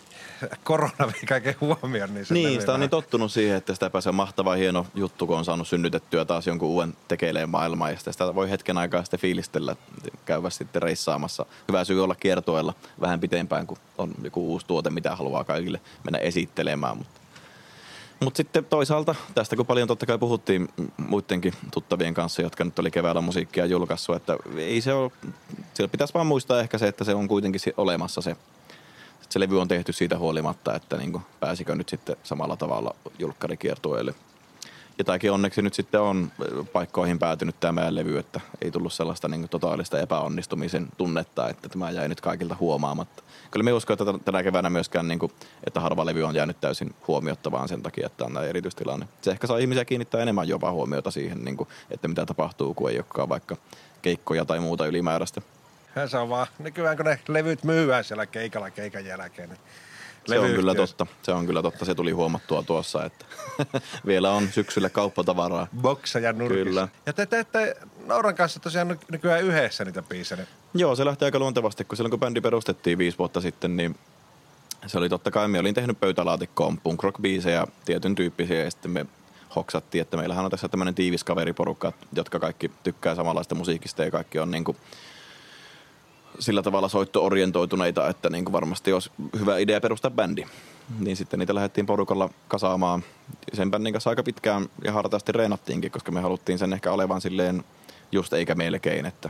korona vei kaiken huomioon. Niin, niin sitä on niin tottunut siihen, että sitä pääsee mahtava hieno juttu, kun on saanut synnytettyä taas jonkun uuden tekeileen maailmaa. Ja sitä, sitä voi hetken aikaa sitten fiilistellä, käydä sitten reissaamassa. Hyvä syy olla kiertueella vähän pitempään, kun on joku uusi tuote, mitä haluaa kaikille mennä esittelemään. Mutta Mutta sitten toisaalta, tästä kun paljon totta kai puhuttiin muidenkin tuttavien kanssa, jotka nyt oli keväällä musiikkia julkaissut, että ei se ole, siellä pitäisi vaan muistaa ehkä se, että se on kuitenkin olemassa se, se levy on tehty siitä huolimatta, että niin kuin pääsikö nyt sitten samalla tavalla julkkarikiertueelle. Ja tämäkin onneksi nyt sitten on paikkoihin päätynyt tämä meidän levy, että ei tullut sellaista niin kuin totaalista epäonnistumisen tunnetta, että tämä jäi nyt kaikilta huomaamatta. Kyllä me uskon, että tänä keväänä myöskään, niin kuin, että harva levy on jäänyt täysin huomiotta vaan sen takia, että on näin erityistilanne. Se ehkä saa ihmisiä kiinnittää enemmän jopa huomiota siihen, niin kuin, että mitä tapahtuu, kun ei olekaan vaikka keikkoja tai muuta ylimääräistä. Se on vaan, nykyään kun ne levyt myyvään siellä keikalla keikan jälkeen, niin se on kyllä totta. Se on kyllä totta. Se tuli huomattua tuossa, että vielä on syksyllä kauppatavaraa. Boksa ja nurkissa. Kyllä. Ja te teette Nauran kanssa tosiaan nykyään yhdessä niitä biisejä. Joo, se lähti aika luontevasti, kun silloin kun bändi perustettiin viisi vuotta sitten, niin se oli totta kai, me olin tehnyt pöytälaatikkoon punk rock biisejä, tietyn tyyppisiä, ja sitten me hoksattiin, että meillähän on tässä tämmöinen tiivis kaveriporukka, jotka kaikki tykkää samanlaista musiikista ja kaikki on niinku sillä tavalla soitto-orientoituneita, että niin kuin varmasti olisi hyvä idea perustaa bändi. Niin sitten niitä lähdettiin porukalla kasaamaan. Sen bändin kanssa aika pitkään ja hartaasti reenattiinkin, koska me haluttiin sen ehkä olevan silleen just eikä melkein, että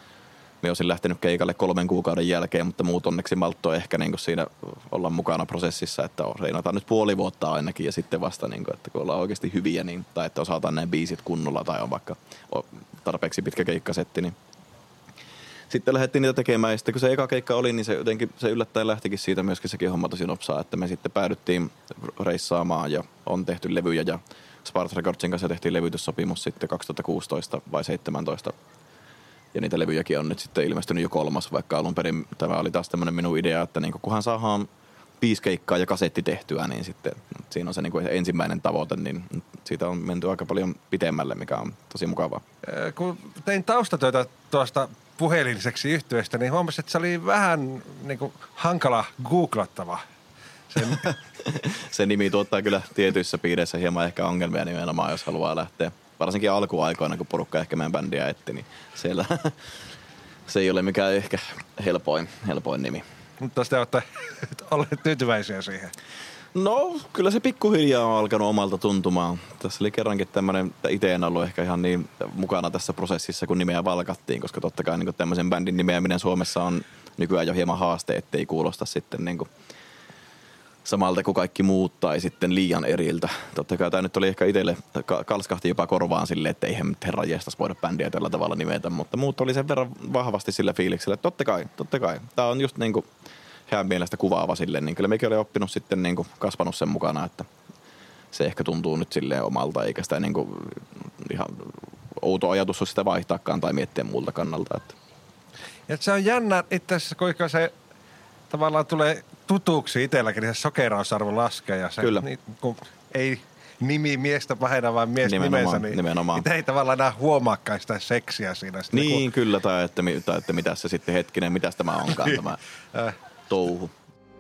me olisin lähtenyt keikalle kolmen kuukauden jälkeen, mutta muut onneksi malttoi ehkä niin kuin siinä olla mukana prosessissa, että reenataan nyt puoli vuotta ainakin ja sitten vasta, niin kuin, että kun ollaan oikeasti hyviä, niin, tai että osataan ne biisit kunnolla tai on vaikka tarpeeksi pitkä keikkasetti, niin sitten lähdettiin niitä tekemään, ja sitten kun se eka keikka oli, niin se jotenkin se yllättäen lähtikin siitä myöskin sekin homma tosi nopsaa, että me sitten päädyttiin reissaamaan ja on tehty levyjä, ja Sparta Recordsin kanssa tehtiin levytyssopimus sitten kaksituhattakuusitoista vai seitsemäntoista, ja niitä levyjäkin on nyt sitten ilmestynyt jo kolmas, vaikka alun perin tämä oli taas tämmöinen minun idea, että niin kunhan saadaan viisi keikkaa ja kasetti tehtyä, niin sitten siinä on se niin kuin ensimmäinen tavoite, niin siitä on menty aika paljon pitemmälle, mikä on tosi mukavaa. Kun tein taustatöitä tuosta puhelinseksi yhtyeestä, niin huomasin, että se oli vähän niin kuin hankala googlattava. Sen... se nimi tuottaa kyllä tietyissä piireissä hieman ehkä ongelmia nimenomaan, jos haluaa lähteä. Varsinkin alkuaikoina, kun porukka ehkä meidän bändiä etti, niin siellä se ei ole mikään ehkä helpoin, helpoin nimi. Mutta te olette olleet tyytyväisiä siihen. No, kyllä se pikkuhiljaa on alkanut omalta tuntumaan. Tässä oli kerrankin tämmöinen, että itse en ollut ehkä ihan niin mukana tässä prosessissa, kun nimeä valkattiin, koska totta kai niin tämmöisen bändin nimeäminen Suomessa on nykyään jo hieman haaste, ettei kuulosta sitten niin kuin samalta kuin kaikki muut tai sitten liian eriltä. Totta kai tämä nyt oli ehkä itselle, kalskahti jopa korvaan silleen, että eihän nyt herran jestas voida bändiä tällä tavalla nimetä, mutta muut oli sen verran vahvasti sillä fiiliksellä, että totta kai, totta kai. Tämä on just niin kuin heidän mielestä kuvaava silleen, niin kyllä mekin oli oppinut sitten niin kuin kasvanut sen mukana, että se ehkä tuntuu nyt silleen omalta, eikä sitä niin kuin ihan outo ajatus ole sitä vaihtaakaan tai miettiä muulta kannalta. Että. Ja se on jännä itse asiassa, kuinka se tavallaan tulee tutuksi itselläkin, niin se sokerausarvo laskee ja se, kyllä. Niin, kun ei nimi miestä pahena, vaan mies nimenomaan, nimensä, niin nimenomaan. Ei tavallaan enää huomaakaan sitä seksiä siinä. Sitten, niin, kun... kyllä, tai että, tai että mitä se sitten hetkinen, mitäs tämä onkaan tämä touhu.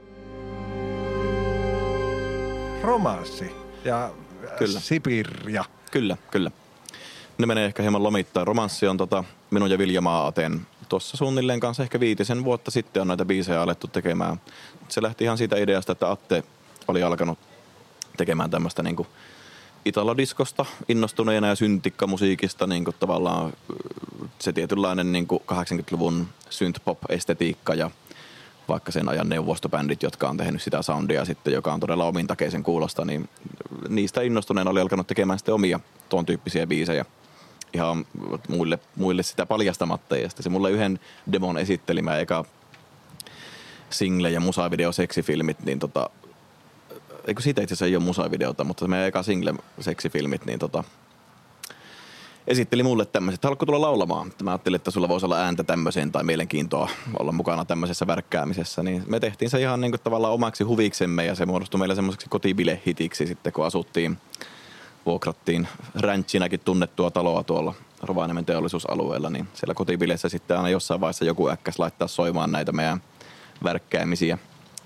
Romanssi ja kyllä. Sibiria. Kyllä, kyllä. Ne menee ehkä hieman lomittain. Romanssi on tota, minun ja Vilja Maa-Aten. Tuossa suunnilleen kanssa ehkä viitisen vuotta sitten on näitä biisejä alettu tekemään. Se lähti ihan siitä ideasta, että Atte oli alkanut tekemään tämmöistä niinku italodiskosta innostuneena ja syntikkamusiikista niinku tavallaan se tietynlainen niinku kahdeksankymmentäluvun synth-pop-estetiikka ja vaikka sen ajan neuvostobändit, jotka on tehnyt sitä soundia sitten, joka on todella omintakeisen kuulosta, niin niistä innostuneena oli alkanut tekemään sitten omia tuon tyyppisiä biisejä. Ihan muille, muille sitä paljastamatta. Ja sitten se mulle yhden demon esitteli, mä eka single ja musavideo seksifilmit, niin tota, eikö siitä itse asiassa ei ole musavideota, mutta se meidän eka single seksifilmit, niin tota, esitteli mulle tämmöiset, että haluatko tulla laulamaan? Mä ajattelin, että sulla voisi olla ääntä tämmöiseen tai mielenkiintoa olla mukana tämmöisessä värkkäämisessä. Niin me tehtiin se ihan niin kuin tavallaan omaksi huviksemme ja se muodostui meille semmoiseksi kotibilehitiksi sitten, kun asuttiin, vuokrattiin räntsinäkin tunnettua taloa tuolla Rovaniemen teollisuusalueella. Niin siellä kotibileissä sitten aina jossain vaiheessa joku äkkäs laittaa soimaan näitä meidän värkkäämisiä.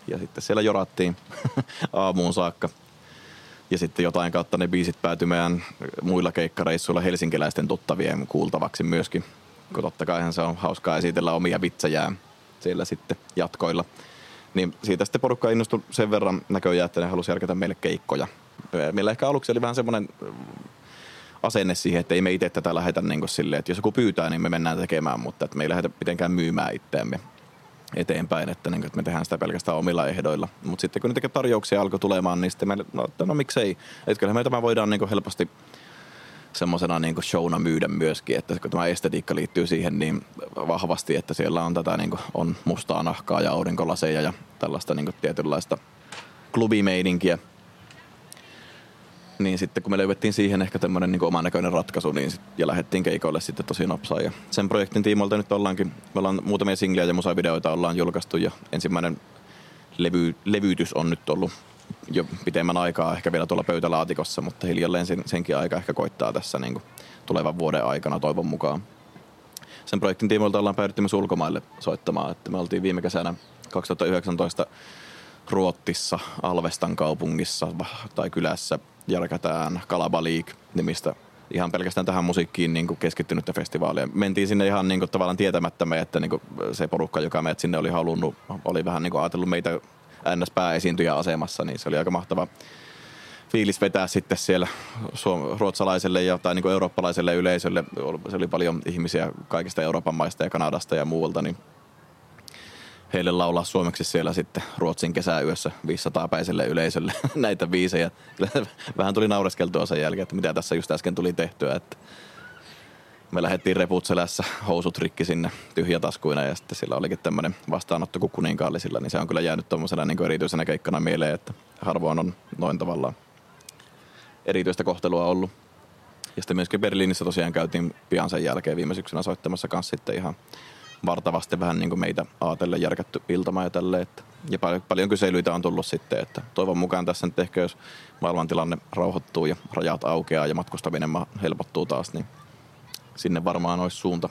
Ja sitten siellä jorattiin aamuun saakka. Ja sitten jotain kautta ne biisit päätyi meidän muilla keikkareissuilla helsinkiläisten tuttavien kuultavaksi myöskin. Kun totta kaihan se on hauskaa esitellä omia vitsejään siellä sitten jatkoilla. Niin siitä sitten porukka innostui sen verran näköjään, että ne halusi järkätä meille keikkoja. Meillä ehkä aluksi oli vähän semmoinen asenne siihen, että ei me itse tätä lähetä niin kuin silleen, että jos joku pyytää, niin me mennään tekemään, mutta että me ei lähdetä mitenkään myymään itseämme eteenpäin, että, niin kuin, että me tehdään sitä pelkästään omilla ehdoilla. Mutta sitten kun niitä tarjouksia alkoi tulemaan, niin sitten meille, no, no miksei. Että kyllähän me tämä voidaan niin kuin helposti semmoisena niin kuin showna myydä myöskin, että kun tämä estetiikka liittyy siihen niin vahvasti, että siellä on tätä niin kuin, on mustaa nahkaa ja aurinkolaseja ja tällaista niin kuin tietynlaista klubimeininkiä. Niin sitten kun me löydettiin siihen ehkä tämmöinen niin oman näköinen ratkaisu, niin sit, ja lähdettiin keikoille sitten tosi nopsaan. Ja sen projektin tiimoilta nyt ollaankin, me ollaan muutamia singlejä ja musavideoita ollaan julkaistu ja ensimmäinen levy, levytys on nyt ollut jo pitemmän aikaa ehkä vielä tuolla pöytälaatikossa, mutta hiljalleen sen, senkin aika ehkä koittaa tässä niin kuin tulevan vuoden aikana toivon mukaan. Sen projektin tiimoilta ollaan päädytty myös ulkomaille soittamaan, että me oltiin viime kesänä kaksituhattayhdeksäntoista Ruotsissa, Alvestan kaupungissa tai kylässä järkätään Kalabalik-nimistä ihan pelkästään tähän musiikkiin niin kuin keskittynyttä festivaalia. Mentiin sinne ihan niin kuin tavallaan tietämättämme, että niin kuin se porukka, joka meidät sinne oli halunnut, oli vähän niin kuin ajatellut meitä ns. Pääesiintyjä asemassa, niin se oli aika mahtava fiilis vetää sitten siellä ruotsalaiselle ja, tai niin kuin eurooppalaiselle yleisölle. Se oli paljon ihmisiä kaikista Euroopan maista ja Kanadasta ja muualta, niin heille laulaa suomeksi siellä sitten Ruotsin kesäyössä viisisataapäiselle yleisölle näitä biisejä. Vähän tuli naureskeltua sen jälkeen, että mitä tässä just äsken tuli tehtyä. Että me lähdettiin reput selässä, housut rikki sinne tyhjätaskuina ja sitten sillä olikin tämmöinen vastaanotto kuin kuninkaallisilla. Niin se on kyllä jäänyt tuommoisena niin erityisenä keikkana mieleen, että harvoin on noin tavallaan erityistä kohtelua ollut. Ja sitten myöskin Berliinissä tosiaan käytiin pian sen jälkeen viime syksynä soittamassa kanssa sitten ihan vartavasti vähän niin kuin meitä ajatellen järkätty iltama ja tälleen. Että, ja paljon, paljon kyselyitä on tullut sitten, että toivon mukaan tässä nyt ehkä jos maailmantilanne rauhoittuu ja rajat aukeaa ja matkustaminen helpottuu taas, niin sinne varmaan olisi suunta.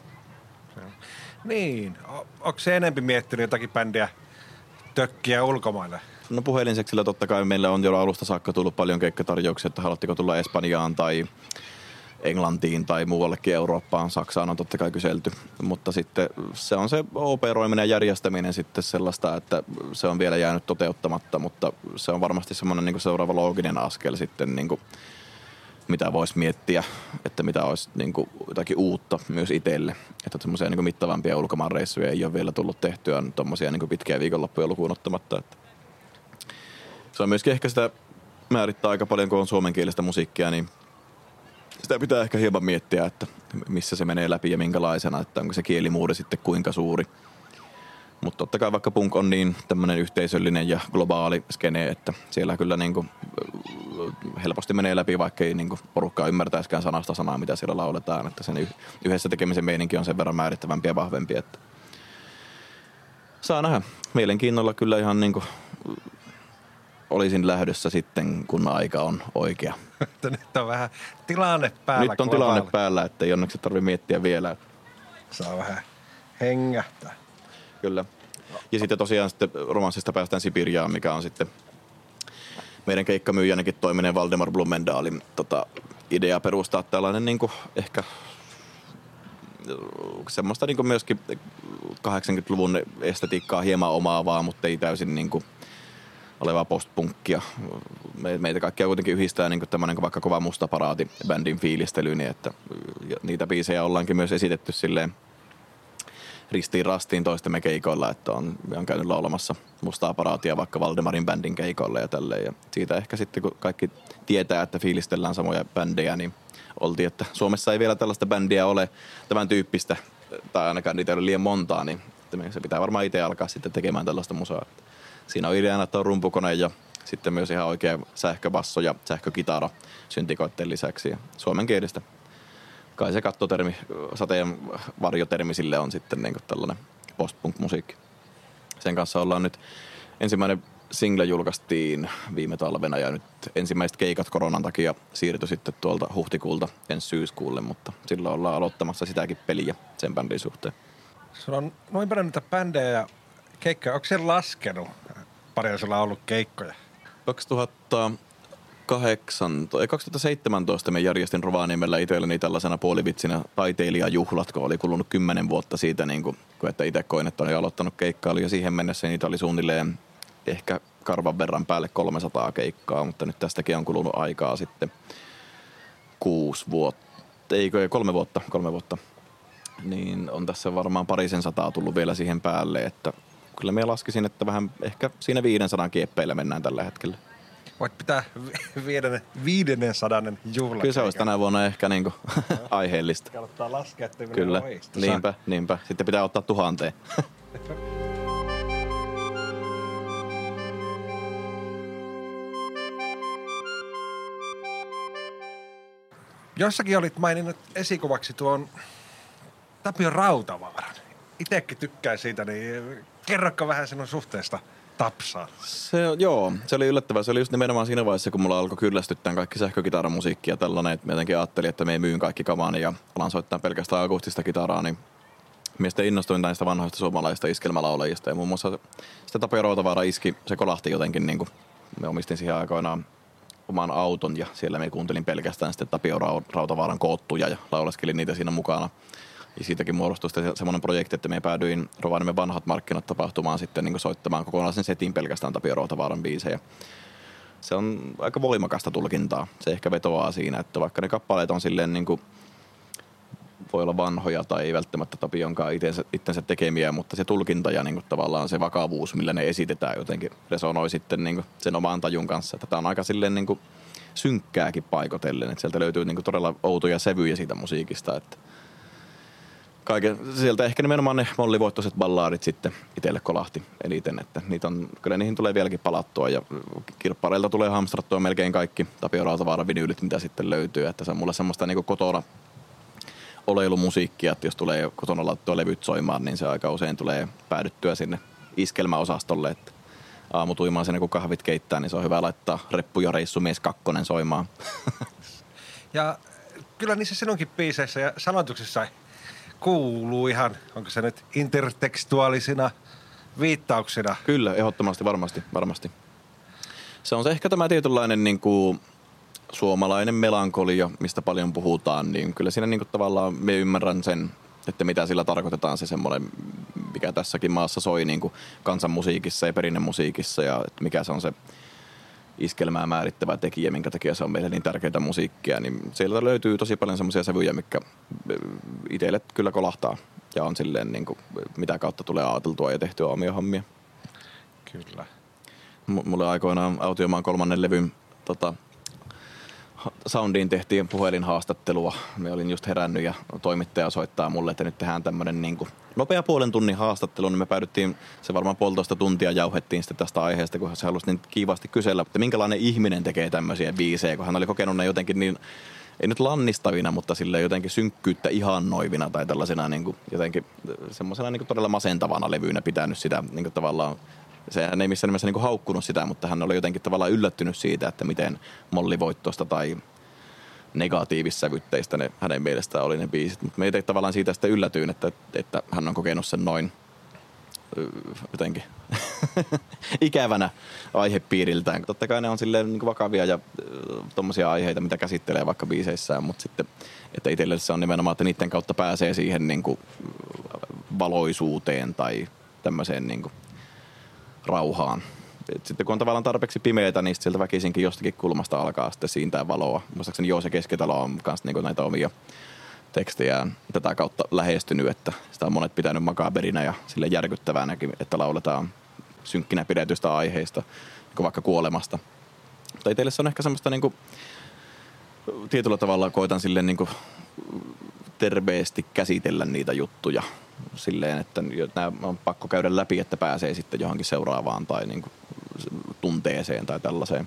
Niin, o- onko se enempi miettinyt jotakin bändiä tökkiä ulkomaille? No puhelinseksillä totta kai meillä on jo alusta saakka tullut paljon keikkatarjouksia, että haluatteko tulla Espanjaan tai Englantiin tai muuallekin Eurooppaan. Saksaan on totta kai kyselty, mutta sitten se on se operoiminen ja järjestäminen sitten sellaista, että se on vielä jäänyt toteuttamatta, mutta se on varmasti semmoinen niin kuin seuraava looginen askel sitten, niin kuin, mitä voisi miettiä, että mitä olisi niin kuin jotakin uutta myös itselle. Että semmoisia niin kuin mittavampia ulkomaanreissuja ei ole vielä tullut tehtyä, tuommoisia niin kuin pitkiä viikonloppuja lukuun ottamatta. Että se on myöskin ehkä sitä määrittää aika paljon, kun on suomenkielistä musiikkia, niin sitä pitää ehkä hieman miettiä, että missä se menee läpi ja minkälaisena, että onko se kielimuuri sitten kuinka suuri. Mutta totta kai vaikka punk on niin tämmöinen yhteisöllinen ja globaali skene, että siellä kyllä niinku helposti menee läpi, vaikka ei niinku porukkaa ymmärtäisikään sanasta sanaa, mitä siellä lauletaan. Että sen yhdessä tekemisen meininki on sen verran määrittävämpi ja vahvempi, että saa nähdä. Mielenkiinnolla kyllä ihan niinku olisin lähdössä sitten, kun aika on oikea. Nyt on vähän tilanne päällä. Nyt on tilanne vaali. päällä, että ei onneksi tarvitse miettiä vielä. Saa vähän hengähtää. Kyllä. Ja sitten tosiaan sitten Romanssista päästään Sibiriaan, mikä on sitten meidän keikkamyyjänäkin toiminen Valdemar Blumendaalin tota, idea perustaa tällainen niin kuin ehkä semmoista niin kuin myöskin kahdeksankymmentäluvun estetiikkaa hieman omaavaa, mutta ei täysin niin kuin olevaa postpunkkia. Meitä kaikkia kuitenkin yhdistää niin tämmöinen vaikka kova musta paraati bändin fiilistely, niin että niitä biisejä ollaankin myös esitetty silleen ristiin rastiin toistemme keikoilla, että on, on käynyt laulamassa mustaa paraatia vaikka Valdemarin bändin keikoilla ja tälleen. Ja siitä ehkä sitten, kun kaikki tietää, että fiilistellään samoja bändejä, niin oltiin, että Suomessa ei vielä tällaista bändiä ole tämän tyyppistä, tai ainakaan niitä ei ole liian montaa, niin se pitää varmaan itse alkaa sitten tekemään tällaista musaa. Siinä on ideana, että on rumpukone ja sitten myös ihan oikea sähköbasso ja sähkökitara syntikoitteen lisäksi. Ja suomenkielistä. Kai se kattotermi, sateen varjotermi sille on sitten niin kuin tällainen post-punk-musiikki. Sen kanssa ollaan nyt, ensimmäinen single julkaistiin viime talvena ja nyt ensimmäiset keikat koronan takia siirtyi sitten tuolta huhtikuulta ensi syyskuulle, mutta silloin ollaan aloittamassa sitäkin peliä sen bändin suhteen. Sulla on noin paljon niitä bändejä ja keikkoja. Onko se laskenut? paljon sulla on ollut keikkoja? kaksituhattakahdeksantoista, kaksituhattaseitsemäntoista me järjestin Rovaniemellä itselleni tällaisena puolivitsinä taiteilijajuhlat, kun oli kulunut kymmenen vuotta siitä, niin kuin, kun että itse koin, että olin aloittanut keikkailu. Ja siihen mennessä niitä oli suunnilleen ehkä karvan verran päälle kolmesataa keikkaa, mutta nyt tästäkin on kulunut aikaa sitten kuusi vuotta, eikö kolme vuotta, kolme vuotta. Niin on tässä varmaan parisen sataa tullut vielä siihen päälle, että kyllä me laskisin, että vähän ehkä siinä viidensadan kieppeillä mennään tällä hetkellä. Voit pitää viidennen, viidennen sadannen juhlan. Kyllä se olisi tänä vuonna ehkä niinku aiheellista. Kannattaa laskea, ettei mennä Kyllä, ohi. niinpä, niinpä. Sitten pitää ottaa tuhanteen. Jossakin olit maininnut esikuvaksi tuon Tapio Rautavaaran. Itekin tykkää siitä, niin kerrokaa vähän sinun suhteesta Tapsaan. Se, joo, se oli yllättävää. Se oli just nimenomaan siinä vaiheessa, kun mulla alkoi kyllästyttää kaikki sähkökitaramusiikki ja tällainen. Että mä jotenkin ajattelin, että me myyn kaikki kamani ja alan soittaa pelkästään akustista kitaraa. Niin mä sitten innostuin näistä vanhoista suomalaisista iskelmälaulajista. Ja muun muassa sitä Tapio Rautavaara iski, se kolahti jotenkin niin kuin me omistin siihen aikoinaan oman auton ja siellä me kuuntelin pelkästään sitten Tapio Rautavaaran koottuja ja lauleskelin niitä siinä mukana. Ja siitäkin muodostui sitten semmoinen projekti, että me päädyin Rovaniemen vanhat markkinat tapahtumaan sitten niin kuin soittamaan kokonaisen setin pelkästään Tapio Rautavaaran biisejä. Se on aika voimakasta tulkintaa. Se ehkä vetoaa siinä, että vaikka ne kappaleet on silleen niin kuin voi olla vanhoja tai ei välttämättä Tapionkaan itsensä, itsensä tekemiä, mutta se tulkinta ja niin kuin tavallaan se vakavuus, millä ne esitetään jotenkin resonoi sitten niin kuin sen oman tajun kanssa. Tämä on aika silleen niin kuin synkkääkin paikotellen, että sieltä löytyy niin kuin todella outoja sävyjä siitä musiikista, että kaiken, sieltä ehkä nimenomaan ne mollivoittoiset ballaadit sitten itselle kolahti eniten, että niitä on, kyllä niihin tulee vieläkin palattua ja kirppareilta tulee hamstrattua melkein kaikki Tapio Rautavaaran vinyylit, mitä sitten löytyy, että se on mulle semmoista niinku kotona oleilumusiikkia, että jos tulee kotona laittua levyt soimaan, niin se aika usein tulee päädyttyä sinne iskelmäosastolle, että aamutuimaan sinne kun kahvit keittää, niin se on hyvä laittaa Reppu ja Reissu mies kakkonen soimaan. Ja kyllä niissä sinunkin biiseissä ja sanotuksissa kuuluu ihan, onko se nyt intertekstuaalisina viittauksina? Kyllä, ehdottomasti, varmasti, varmasti. Se on se ehkä tämä tietynlainen niin kuin suomalainen melankolia, mistä paljon puhutaan, niin kyllä siinä niin kuin tavallaan me ymmärrän sen, että mitä sillä tarkoitetaan se semmoinen, mikä tässäkin maassa soi niin kuin kansanmusiikissa ja perinnemusiikissa ja että mikä se on se iskelmää määrittävä tekijä, minkä takia se on meille niin tärkeää musiikkia, niin sieltä löytyy tosi paljon semmoisia sävyjä, mitkä itselle kyllä kolahtaa ja on silleen niin kuin, mitä kautta tulee ajateltua ja tehtyä omia hommia. Kyllä. M- mulle aikoinaan Autiomaan kolmannen levyn tota, soundiin tehtiin puhelinhaastattelua. Me olin just herännyt ja toimittaja soittaa mulle, että nyt tehdään tämmöinen niin kuin nopea puolen tunnin haastattelu, niin me päädyttiin, se varmaan puolitoista tuntia jauhettiin sitten tästä aiheesta, kun se halusi niin kiivaasti kysellä, että minkälainen ihminen tekee tämmöisiä biisejä, kun hän oli kokenut ne jotenkin niin, ei nyt lannistavina, mutta silleen jotenkin synkkyyttä ihannoivina tai tällaisena niin kuin jotenkin semmoisena niin kuin todella masentavana levyynä pitänyt sitä niin kuin tavallaan. Sehän ei missään nimessä niin kuin haukkunut sitä, mutta hän oli jotenkin tavallaan yllättynyt siitä, että miten mollivoittoista tai negatiivissävytteistä ne hänen mielestään oli ne biisit. Mutta me ei tavallaan siitä sitten yllätyin, että, että hän on kokenut sen noin jotenkin ikävänä aihepiiriltään. Totta kai ne on silleen niin kuin vakavia ja tommosia aiheita, mitä käsittelee vaikka biiseissään, mutta sitten, että itselle se on nimenomaan, että niiden kautta pääsee siihen niin kuin valoisuuteen tai tämmöiseen niin kuin rauhaan. Et sitten kun on tavallaan tarpeeksi pimeätä, niin sieltä väkisinkin jostakin kulmasta alkaa sitten siintää valoa. Muistaakseni Joose Keskitalo on myös niinku näitä omia tekstejään tätä kautta lähestynyt, että sitä on monet pitänyt makaberinä ja sille järkyttävänäkin, että lauletaan synkkinä pidetystä aiheista, niin vaikka kuolemasta. Mutta itselle se on ehkä semmoista niinku, tietyllä tavalla koitan silleen niinku terveesti käsitellä niitä juttuja silleen, että nämä on pakko käydä läpi, että pääsee sitten johonkin seuraavaan tai niin kuin tunteeseen tai tällaiseen.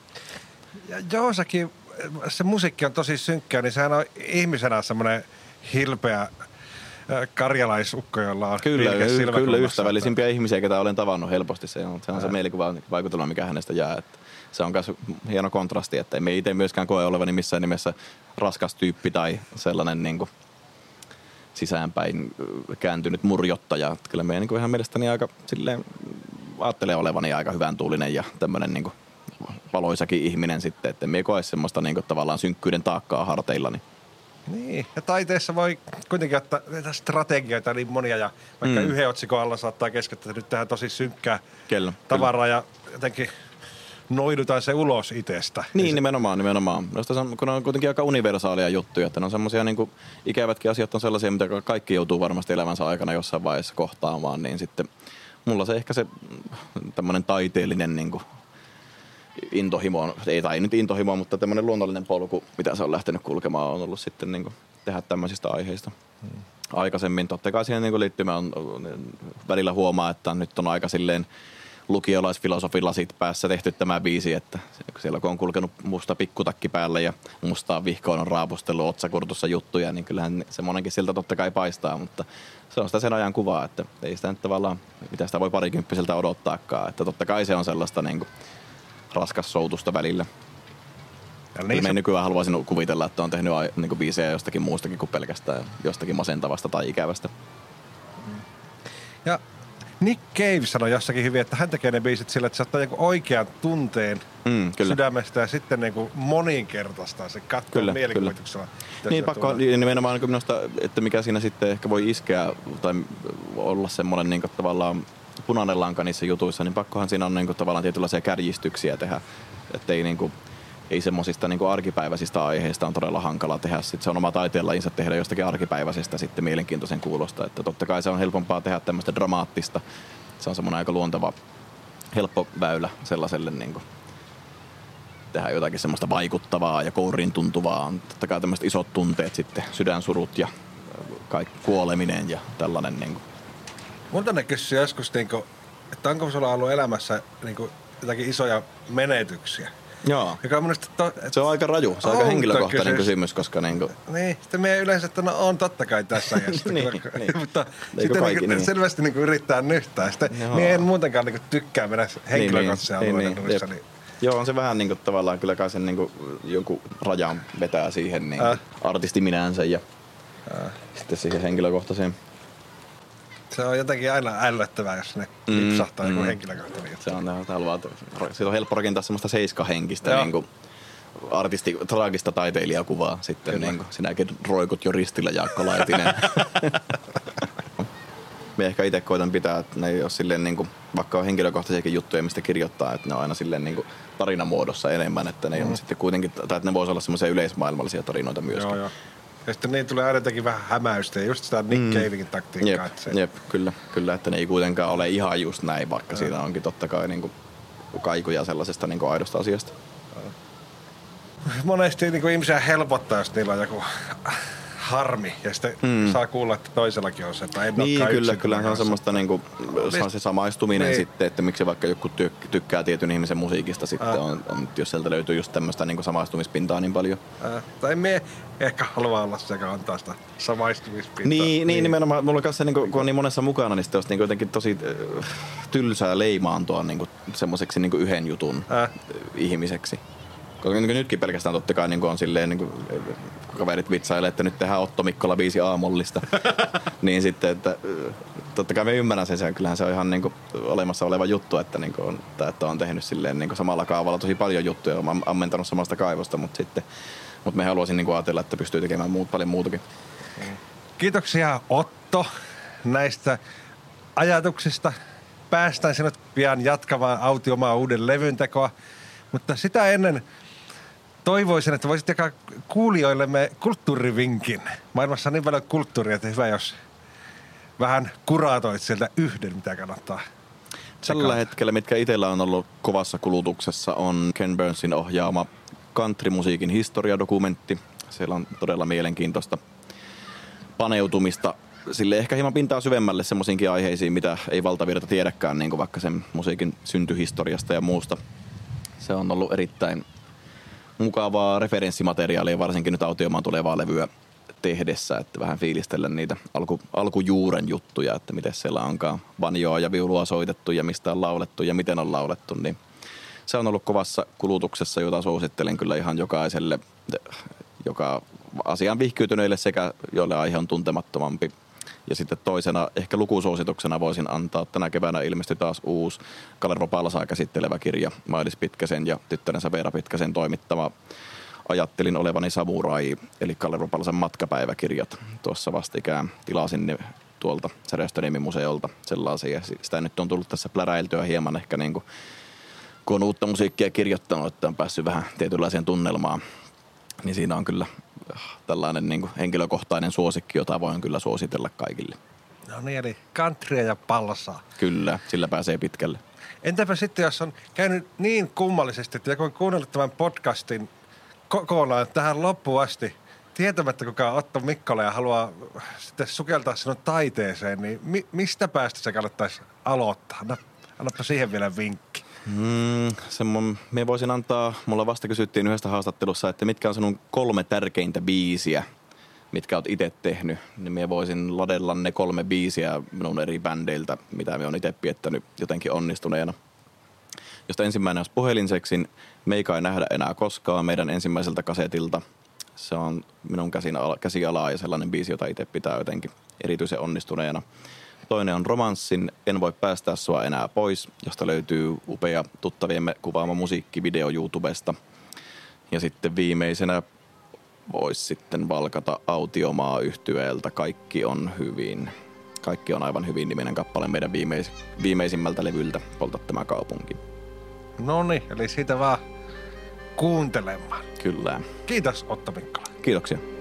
Ja Joosakin, se musiikki on tosi synkkää, niin sehän on ihmisenä semmoinen hilpeä karjalaisukko, jolla on kyllä, y- kyllä ystävällisimpiä ihmisiä, ketä olen tavannut helposti. Se on se, on se mielikuva vaikutelma, mikä hänestä jää. Että se on myös hieno kontrasti, että emme itse myöskään koe olevani missään nimessä raskas tyyppi tai sellainen niin kuin sisäänpäin kääntynyt murjottaja. Että kyllä meidän niin ihan mielestäni aika silleen ajattelen olevani aika hyvän tuulinen ja tämmöinen niin kuin valoisakin ihminen sitten, että me koe semmoista niin kuin tavallaan synkkyyden taakkaa harteillani. Niin, ja taiteessa voi kuitenkin ottaa strategioita niin monia ja vaikka mm. yhden otsikon alla saattaa keskittyä, että nyt tehdään tosi synkkää Kyllä, tavaraa kyllä. ja jotenkin noidutaan se ulos itsestä. Niin, se... nimenomaan, nimenomaan. Noista on, kun on kuitenkin aika universaalia juttuja, että ne on semmoisia niin kuin ikävätkin asiat on sellaisia, mitä kaikki joutuu varmasti elämänsä aikana jossain vaiheessa kohtaamaan, niin sitten mulla se ehkä se tämmöinen taiteellinen niin kuin intohimo, ei tai nyt intohimo, mutta tämmöinen luonnollinen polku, mitä se on lähtenyt kulkemaan, on ollut sitten niin kuin tehdä tämmöisistä aiheista. Hmm. Aikaisemmin totta kai siihen niin liittymään on, välillä huomaa, että nyt on aika silleen lukiolaisfilosofilasit päässä tehty tämä biisi, että siellä kun on kulkenut musta pikkutakki päälle ja mustaa vihkoon on raapustellut otsakurtussa juttuja, niin kyllähän semmoinenkin siltä totta kai paistaa, mutta se on sitä sen ajan kuvaa, että ei sitä nyt tavallaan, mitä sitä voi parikymppiseltä odottaakaan, että totta kai se on sellaista niin kuin raskas soutusta välillä. Ja niin me se... nykyään haluaisin kuvitella, että on tehnyt niin kuin biisejä jostakin muustakin kuin pelkästään jostakin masentavasta tai ikävästä. Ja Nick Cave sanoi jossakin hyvin, että hän tekee ne biisit sillä, että se ottaa joku oikean tunteen mm, sydämestä ja sitten niin moninkertaistaa se kattoon mielikuvituksella. Niin pakko nimenomaan niin minusta, että mikä siinä sitten ehkä voi iskeä tai olla semmoinen niin tavallaan punainen lanka niissä jutuissa, niin pakkohan siinä on niin kuin, tavallaan tietynlaisia kärjistyksiä tehdä, että ei niin kuin, ei semmoisista niin kuin arkipäiväisistä aiheista on todella hankala tehdä. Sitten se on oma taiteenlajinsa tehdä jostakin arkipäiväisestä sitten mielenkiintoisen kuulosta. Että totta kai se on helpompaa tehdä tämmöistä dramaattista. Se on semmoinen aika luonteva, helppo väylä sellaiselle niin kuin tehdä jotakin semmoista vaikuttavaa ja kouriin tuntuvaa. Totta kai tämmöiset isot tunteet sitten, sydänsurut ja kaikki kuoleminen ja tällainen. Niin kuin. Multa ne kysyy joskus, niin kuin, että onko sulla ollut elämässä niin kuin jotakin isoja menetyksiä? Joo. Joka on to, se on aika raju. Se on aika henkilökohtainen kysymys, kysymys koska niinku niin, sitten me yleensä, että no on totta kai tässä ajassa. niin, niin. Mutta sitten niinku, niin. selvästi niinku yrittää nyhtää. Sitten me en muutenkaan niinku tykkää mennä henkilökohtaisen niin, alueiden niin, niin, niin. Joo, on se vähän niinku tavallaan kyllä kai sen niinku jonkun rajan vetää siihen niinku äh. artistiminäänsä ja äh. sitten siihen henkilökohtaiseen. Se on jotenkin aina ällöttävää, jos ne mm, lipsahtaa mm. joku henkilökohtainen. Se on, haluaa, siitä on helppo rakentaa semmoista seiskahenkistä niin kuin artisti, traagista taiteilijakuvaa. Sitten niin kuin, sinäkin roikut jo ristillä, Jaakko Laitinen. Me ehkä itse koitan pitää, että ne ei ole silleen, niin kuin, vaikka on henkilökohtaisiakin juttuja, mistä kirjoittaa, että ne on aina silleen niin kuin tarinamuodossa enemmän, että ne, mm. on sitten kuitenkin, tai että ne voisi olla semmoisia yleismaailmallisia tarinoita myöskin. Joo, joo. Ja sitten niin tulee aina jotenkin vähän hämäystä ja just sitä Nick Cavingin taktiikkaa. Jep, se... jep, kyllä, kyllä, että ne ei kuitenkaan ole ihan just näin, vaikka ja. Siinä onkin totta kai niin kuin kaikuja sellaisesta niin kuin aidosta asiasta. Ja. Monesti niin kuin ihmisiä helpottaa, jos niillä on joku harmi ja sitten mm. saa kuulla, että toisellakin on se, että en niin, olekaan kyllä, yksin. Kyllä, se on semmoista niin kuin, se on se samaistuminen niin. Sitten, että miksi vaikka joku tyk- tykkää tietyn ihmisen musiikista sitten äh. on, on, jos sieltä löytyy just tämmöistä niin kuin samaistumispintaa niin paljon. Äh. Tai me ehkä haluaa olla se, joka antaa sitä samaistumispintaa. Niin, niin. niin nimenomaan. Mulla kanssa, niin kuin, kun on niin monessa mukana, niin sitten olisi niin jotenkin tosi äh, tylsää leimaantua niin semmoiseksi niin yhden jutun äh. ihmiseksi. Koska niin nytkin pelkästään totta kai niin on silleen, niin kuin, kaverit vitsailee, että nyt tehdään Otto Mikkola biisi aamollista. Niin sitten, että totta kai me ymmärrän sen, kyllähän se on ihan niin kuin olemassa oleva juttu, että, niin on, että on tehnyt silleen niin samalla kaavalla tosi paljon juttuja, on ammentanut samasta kaivosta, mutta sitten, mutta me haluaisin niin ajatella, että pystyy tekemään muut, paljon muutakin. Kiitoksia Otto näistä ajatuksista. Päästään sinut pian jatkamaan Autiomaa uuden levyn tekoa, mutta sitä ennen toivoisin, että voisit jakaa kuulijoillemme kulttuurivinkin. Maailmassa on niin paljon kulttuuria, että hyvä, jos vähän kuraatoit sieltä yhden, mitä kannattaa. Tällä hetkellä, mitkä itsellä on ollut kovassa kulutuksessa, on Ken Burnsin ohjaama countrymusiikin historiadokumentti. Siellä on todella mielenkiintoista paneutumista sille ehkä hieman pintaa syvemmälle semmoisiinkin aiheisiin, mitä ei valtavirta tiedäkään, niin kuin vaikka sen musiikin syntyhistoriasta ja muusta. Se on ollut erittäin mukavaa referenssimateriaalia, varsinkin nyt Autiomaan tulevaa levyä tehdessä, että vähän fiilistellä niitä alku, alkujuuren juttuja, että miten siellä onkaan banjoa ja viulua soitettu ja mistä on laulettu ja miten on laulettu, niin se on ollut kovassa kulutuksessa, jota suosittelen kyllä ihan jokaiselle, joka asiaan vihkyytyneille sekä joille aihe on tuntemattomampi. Ja sitten toisena ehkä lukusuosituksena voisin antaa, tänä keväänä ilmestyi taas uusi Kalervo Palsaa käsittelevä kirja Mailis Pitkäsen ja tyttärensä Veera Pitkäsen toimittama Ajattelin olevani samurai, eli Kalervo Palsan matkapäiväkirjat. Tuossa vastikään tilasin ne tuolta Särjöstöniemi-museolta sellaisia. Sitä nyt on tullut tässä pläräiltyä hieman ehkä niin kuin, kun on uutta musiikkia kirjoittanut, että on päässyt vähän tietynlaiseen tunnelmaan. Niin siinä on kyllä tällainen niin kuin henkilökohtainen suosikki, jota voin kyllä suositella kaikille. No niin, eli countrya ja palsaa. Kyllä, sillä pääsee pitkälle. Entäpä sitten, jos on käynyt niin kummallisesti, että joku on kuunnellut tämän podcastin kokonaan tähän loppuun asti, tietämättä kuka on Otto Mikkola ja haluaa sitten sukeltaa sinun taiteeseen, niin mi- mistä päästä se kannattaisi aloittaa? Anna, annapa siihen vielä vinkki. Mm, semmoinen, me voisin antaa, mulla vasta kysyttiin yhdestä haastattelussa, että mitkä on sinun kolme tärkeintä biisiä, mitkä olet itse tehnyt. Niin me voisin ladella ne kolme biisiä minun eri bändeiltä, mitä me on itse piettänyt jotenkin onnistuneena. Josta ensimmäinen olisi Puhelinseksin Meikä ei nähdä enää koskaan meidän ensimmäiseltä kasetilta. Se on minun käsialaa ja sellainen biisi, jota itse pitää jotenkin erityisen onnistuneena. Toinen on Romanssin En voi päästää sua enää pois, josta löytyy upea tuttaviemme kuvaama musiikkivideo YouTubesta. Ja sitten viimeisenä voisi sitten valkata Autiomaa -yhtyeeltä Kaikki on hyvin. Kaikki on aivan hyvin -niminen kappale meidän viimeis- viimeisimmältä levyltä Polta tämä kaupunki. No niin, eli siitä vaan kuuntelemaan. Kyllä. Kiitos Otto Mikkola. Kiitoksia.